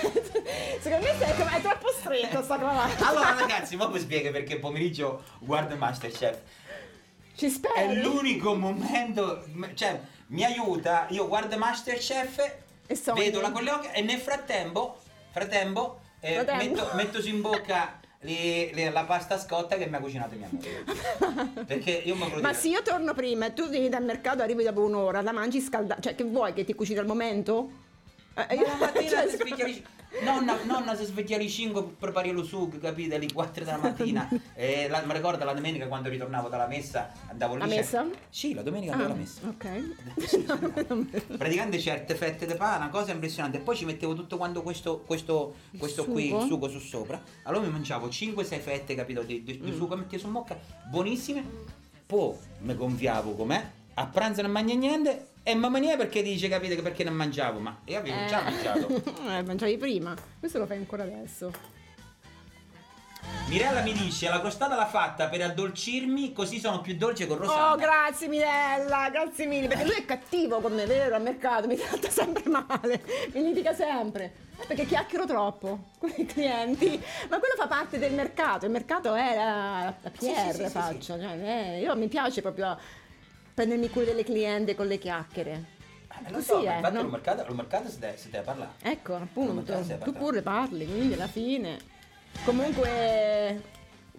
è troppo stretta sta cravatta. Allora ragazzi, ma poi spiega perché pomeriggio guardo Masterchef. Ci spero. È l'unico momento, cioè mi aiuta, io guardo Masterchef e vedo la colloca e nel frattempo metto su in bocca la pasta scotta che mi ha cucinato mia moglie. Perché io ma se io torno prima e tu vieni dal mercato, arrivi dopo un'ora, la mangi scaldata, cioè che vuoi che ti cucini al momento? Ma la mattina si sveglia nonna si sveglia alle 5, prepari lo sugo, capite, alle 4 della mattina. Mi ricordo la domenica quando ritornavo dalla messa, andavo lì. La messa? Sì, la domenica andavo alla messa. Ok. Praticamente certe fette di pane, una cosa impressionante. E poi ci mettevo tutto quanto questo qui, il sugo su sopra. Allora mi mangiavo 5-6 fette, capito, di sugo, mettevo su mocca, buonissime. Poi mi gonfiavo com'è. A pranzo non mangio niente e mamma mia perché dice, capite, che perché non mangiavo, ma io avevo già mangiato. Mangiavi prima, questo lo fai ancora adesso. Mirella mi dice, la crostata l'ha fatta per addolcirmi, così sono più dolce con Rosanna. Oh, grazie Mirella, grazie mille, perché lui è cattivo con me, vero, al mercato, mi tratta sempre male, mi litiga sempre, perché chiacchiero troppo con i clienti, ma quello fa parte del mercato, il mercato è la PR, faccio. Sì. Cioè, io mi piace proprio prendermi cura delle clienti con le chiacchiere. Lo so, infatti no? Lo mercato si deve parlare. Ecco, appunto, tu pure parli, quindi alla fine. Comunque,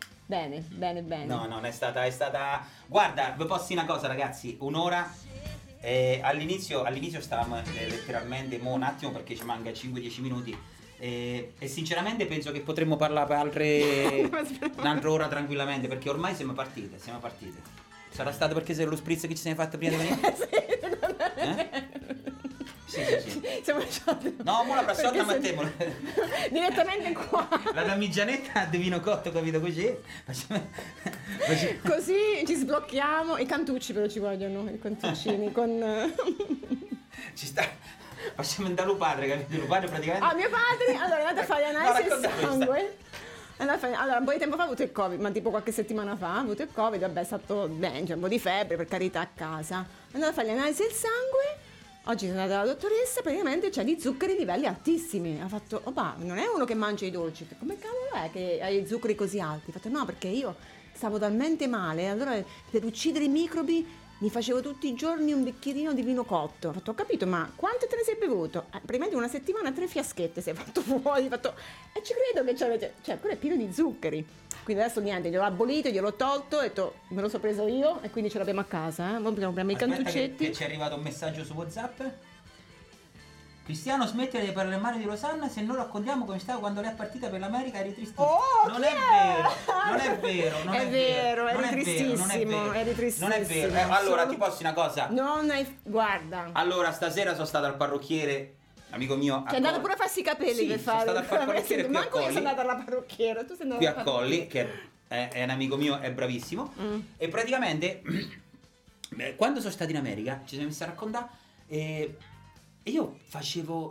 bene. No, è stata. Guarda, vi posso dire una cosa, ragazzi, un'ora all'inizio stavamo letteralmente un attimo perché ci manca 5-10 minuti e sinceramente penso che potremmo parlare per un'altra ora tranquillamente perché ormai siamo partite. Sarà stato perché sei lo spritz che ci siamo fatto prima di venire? Sì. Siamo lasciati. No, mo la prossima volta mettiamola direttamente qua. La damigianetta di vino cotto, capito così? Così ci sblocchiamo. I cantucci però ci vogliono, i cantuccini con ci sta. Facciamo da padre, capito? Tuo padre praticamente. Mio padre, allora è andato a fare l'analisi del sangue. Allora, un po' di tempo fa ha avuto il Covid, ma tipo qualche settimana fa ha avuto il Covid, vabbè, è stato bene, c'è un po' di febbre, per carità, a casa. È andato a fare l'analisi del sangue. Oggi sono andata dalla dottoressa, praticamente c'ha di zuccheri livelli altissimi. Ha fatto, non è uno che mangia i dolci. Come cavolo è che hai i zuccheri così alti? Ha fatto, no, perché io stavo talmente male, allora per uccidere i microbi mi facevo tutti i giorni un bicchierino di vino cotto. Ho fatto, ho capito, ma quanto te ne sei bevuto? Praticamente una settimana 3 fiaschette sei fatto fuori. Ho fatto, e ci credo che c'avete, cioè quello è pieno di zuccheri. Quindi adesso niente, gliel'ho abolito, gliel'ho tolto, ho detto, me lo so preso io e quindi ce l'abbiamo a casa. Ora abbiamo i cantuccetti. Che ci è arrivato un messaggio su WhatsApp. Cristiano, smettila di parlare male di Rosanna, se noi raccontiamo come stava quando lei è partita per l'America, eri tristissimo. Non è vero, eri tristissimo. Non è vero. Allora, ti posso dire una cosa? Guarda. Allora, stasera sono stato al parrucchiere, amico mio. Che è andato pure a farsi i capelli per fare. Sono stato al parrucchiere qui a Colli. Io sono andata alla parrucchiera, tu sei andato qui a Colli, che è un amico mio, è bravissimo. E praticamente, quando sono stato in America, ci siamo messi a raccontare. E io facevo.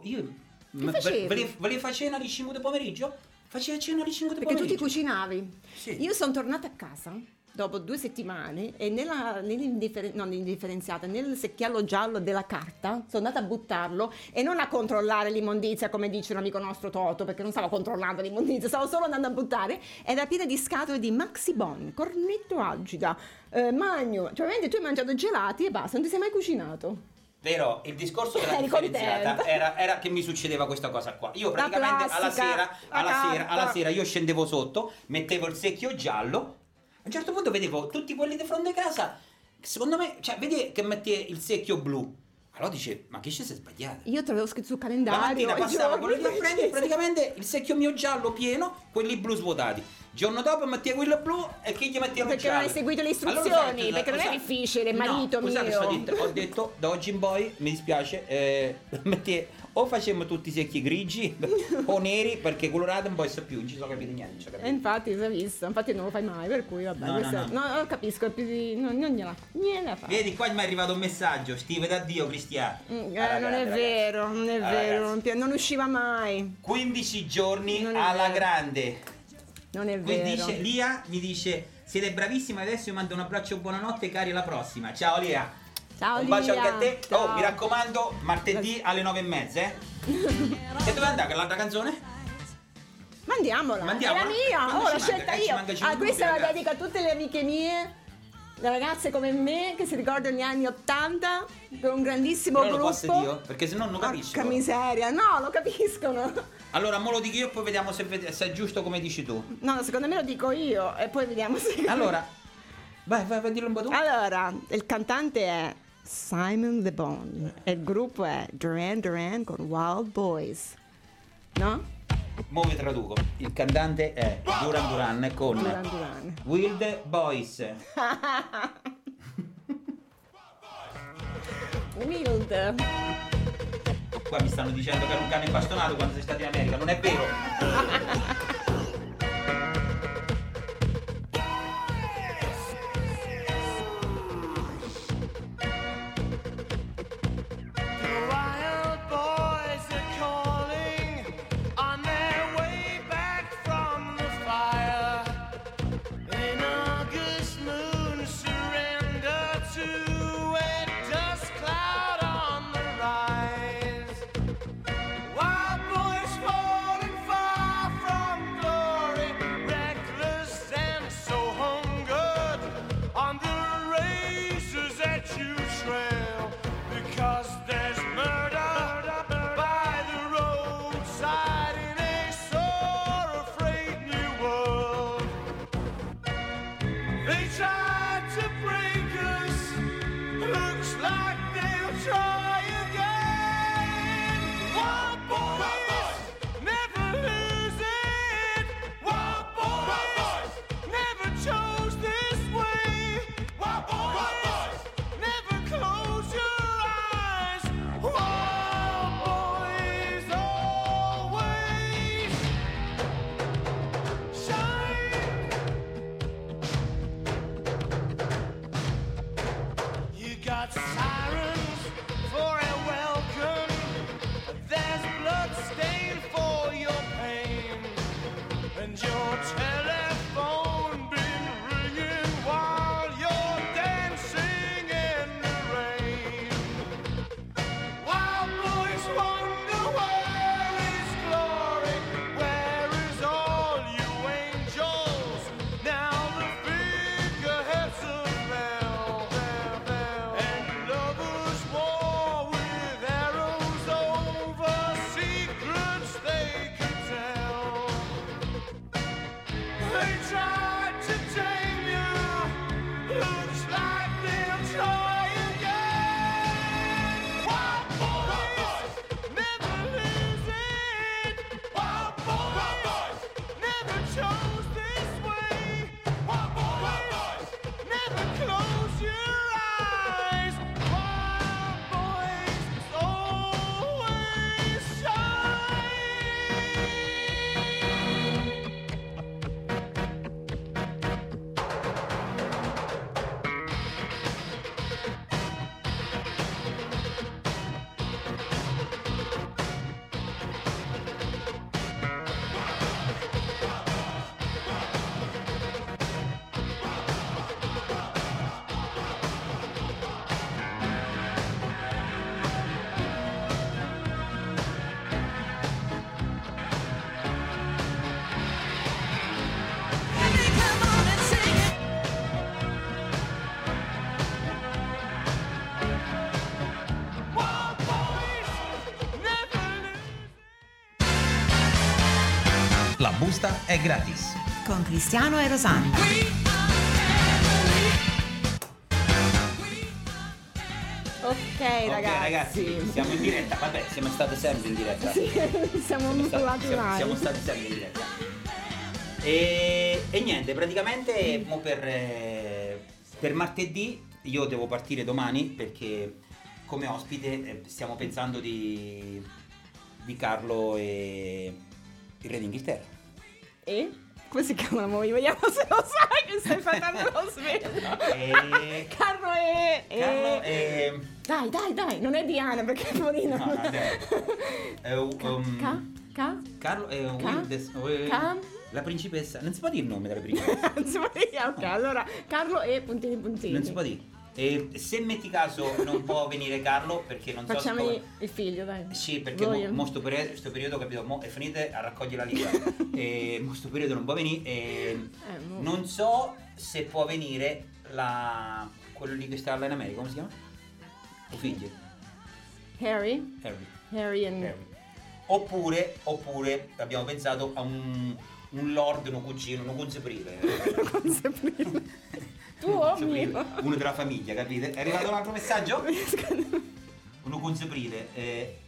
Volevi fare cena alle 5 del pomeriggio? Facevo cena alle 5 del pomeriggio. Perché tu ti cucinavi. Sì. Io sono tornata a casa dopo 2 settimane e nell'indifferenziata, nel secchiello giallo della carta, sono andata a buttarlo e non a controllare l'immondizia come dice un amico nostro Toto, perché non stavo controllando l'immondizia, stavo solo andando a buttare. Era piena di scatole di Maxi Bon, Cornetto Agida, Magno, cioè veramente tu hai mangiato gelati e basta, non ti sei mai cucinato. Però il discorso della differenziata era che mi succedeva questa cosa qua. Io praticamente alla sera io scendevo sotto, mettevo il secchio giallo, a un certo punto vedevo tutti quelli di fronte a casa, secondo me, cioè vedi che mette il secchio blu. Allora dice, ma che ci sei sbagliata? Io te l'avevo scritto sul calendario. La mattina passavo quello a prendere praticamente il secchio mio giallo pieno, quelli blu svuotati. Giorno dopo metteva quello blu e chi gli metteva il giallo? Perché non hai seguito le istruzioni, allora, perché non è difficile, marito mio. Ho detto, da oggi in poi, mi dispiace, o facciamo tutti i secchi grigi o neri, perché colorati un po' so più, non ci sono capito niente. E infatti, l'ho visto, infatti non lo fai mai, per cui vabbè, no, capisco, è più di... non gliela fa. Vedi, qua mi è arrivato un messaggio, Steve da Dio, Cristiano. Non è vero, non usciva mai. 15 giorni alla grande. Non è vero. Dice, Lia mi dice, siete bravissimi, adesso vi mando un abbraccio, buonanotte cari, alla prossima. Ciao Lia. Ciao un bacio anche a te. Ciao. Oh, mi raccomando, martedì alle 9:30, Che dove andare con l'altra canzone? Mandiamola. È la mia, l'ho scelta io. Questa la dedico a tutte le amiche mie, le ragazze come me che si ricordano gli anni 80 per un grandissimo gruppo. Lo posso dire io? Perché sennò non capisco. Porca miseria, no, lo capiscono. Allora, mo lo dico io e poi vediamo se è giusto come dici tu. No, secondo me lo dico io e poi vediamo se... Allora, vai, dillo un po' tu. Allora, il cantante è Simon Le Bon e il gruppo è Duran Duran con Wild Boys. No? Mo vi traduco. Il cantante è Duran Duran con Wild Boys. Wild. Qua mi stanno dicendo che era un cane bastonato quando sei stato in America, non è vero. Wild boys falling far from La busta è gratis. Con Cristiano e Rosanna. Ok ragazzi, siamo in diretta. Vabbè, siamo stati sempre in diretta. Sì, siamo stati sempre in diretta. E niente, praticamente mo per martedì io devo partire domani perché come ospite stiamo pensando di Carlo e il re d'Inghilterra. E? Come si chiama la moglie? Vediamo se lo sai che stai facendo lo sveglio. Carlo e... Dai, non è Diana perché è Morina. No, Carlo e la principessa. Non si può dire il nome della principessa. Non si può dire, ok, allora Carlo e puntini. Non si può dire. E se metti caso non può venire Carlo perché non facciamo so il figlio, dai. Sì, perché mo sto periodo capito, mo è finito a raccogliere la lira. E mo sto periodo non può venire e non so se può venire quello lì che sta là in America, come si chiama? Il figlio. Harry. Oppure abbiamo pensato a un lord, un cugino, un consaprile. Uno della famiglia, capite? È arrivato un altro messaggio? Uno consaprile.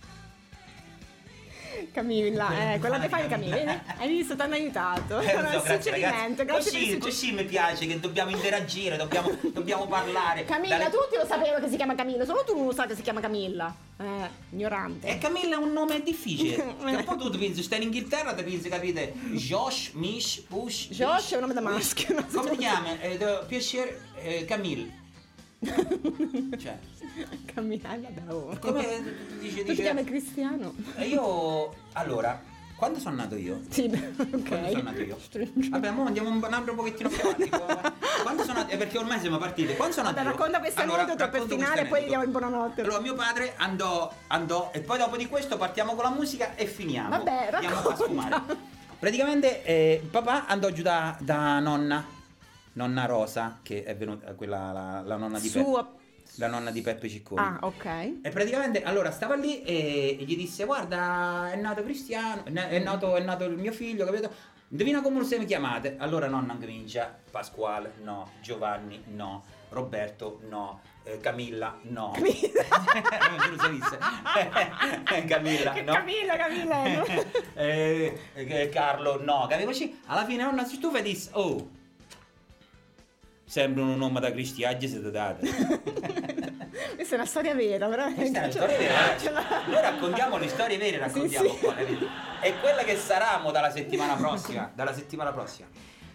Camilla, quella che fai Camilla, hai visto, ti hanno aiutato. Grazie ragazzi. Così mi piace che dobbiamo interagire, dobbiamo parlare. Camilla, tutti lo sapevano che si chiama Camilla, solo tu non lo sai che si chiama Camilla. Ignorante. E Camilla è un nome difficile. Che un po' tu pensi, stai in Inghilterra, ti pensi, capite? Josh, Mish, Push. Josh è un nome da maschio. Come ti chiami? Piacere, Camille. Cioè Camilla, vabbè. Come dice? Tu ti chiami Cristiano? Io allora, quando sono nato io? Sì, ok. Quando sono nato io? Vabbè, mo andiamo un pochettino più avanti. Quando sono nato? Perché ormai siamo partiti. Quando sono nato io? Racconta questa aneddoto per finale e poi diamo il buonanotte. Allora, mio padre andò e poi dopo di questo partiamo con la musica e finiamo. Vabbè, andiamo a sfumare. Praticamente papà andò giù da nonna Rosa, che è venuta quella la nonna di Peppe. La nonna di Peppe Cicconi. Ah, ok. E praticamente allora stava lì e gli disse: guarda, è nato Cristiano, è nato il mio figlio, capito? Indovina come lo siamo chiamate? Allora nonna comincia: Pasquale, no. Giovanni, no. Roberto, no. Camilla, no. Non ce lo sapesse. Camilla, no. Camilla. Carlo, no. Capito? Alla fine nonna si stufa e disse: oh, sembra un nome da cristiani, siete date. Questa è una storia vera, veramente. Questa è una storia vera. Noi raccontiamo le storie vere, sì. Qua, è quella che saranno dalla settimana prossima.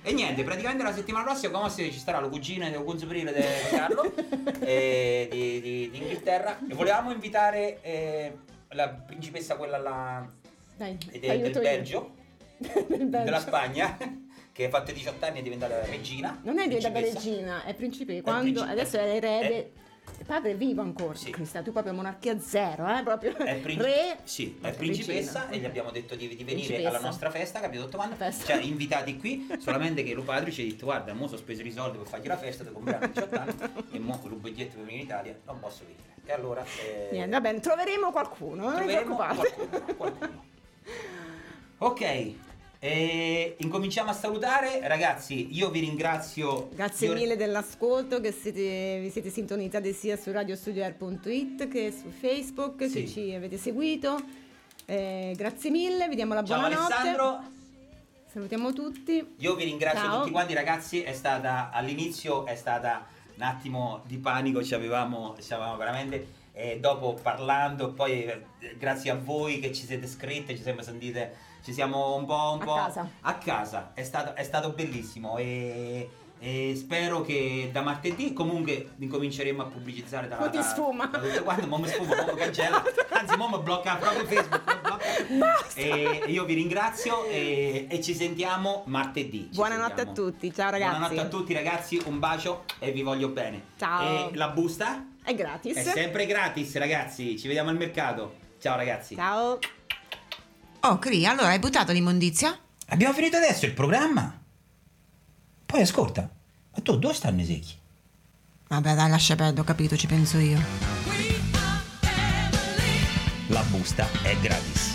E niente, praticamente la settimana prossima come ci starà la cugina del Cunzuprile di Carlo di Inghilterra, e volevamo invitare la principessa quella del Belgio, della Spagna, che ha fatto 18 anni e è diventata regina. Non è diventata regina, è principe. Adesso è erede. Il padre è vivo ancora, sì. Cristo, tu proprio monarchia zero, proprio re. Sì, è principessa, e gli abbiamo detto di venire alla nostra festa, capito? Cioè, invitati qui, solamente che lo padre ci ha detto: guarda, mo' ho speso i soldi per fargli la festa, ti comprare 18 anni e mo' con il biglietto per venire in Italia non posso venire. E allora niente, va bene, troveremo qualcuno, non vi preoccupate. Qualcuno. Ok. Incominciamo a salutare, ragazzi. Io vi ringrazio. Grazie mille dell'ascolto, che vi siete sintonizzati sia su radiostudio.it che su Facebook, che ci avete seguito. Grazie mille, vi diamo la buonanotte. Ciao Alessandro. Salutiamo tutti. Io vi ringrazio tutti quanti, ragazzi. All'inizio è stata un attimo di panico, ci avevamo veramente. Dopo parlando, poi grazie a voi che ci siete scritte, ci siamo un po' a casa. È stato bellissimo e spero che da martedì comunque incominceremo a pubblicizzare da ti sfuma. Mo mi sfuma, mo mi cancella, anzi mo mi blocca proprio Facebook. E io vi ringrazio e ci sentiamo martedì. Buonanotte a tutti, ciao ragazzi. Buonanotte a tutti ragazzi, un bacio e vi voglio bene. Ciao. E la busta? È gratis. È sempre gratis, ragazzi. Ci vediamo al mercato. Ciao ragazzi. Ciao. Oh, Cri, allora hai buttato l'immondizia? Abbiamo finito adesso il programma. Poi ascolta, ma tu dove stanno i secchi? Vabbè, dai, lascia perdere, ho capito, ci penso io. La busta è gratis.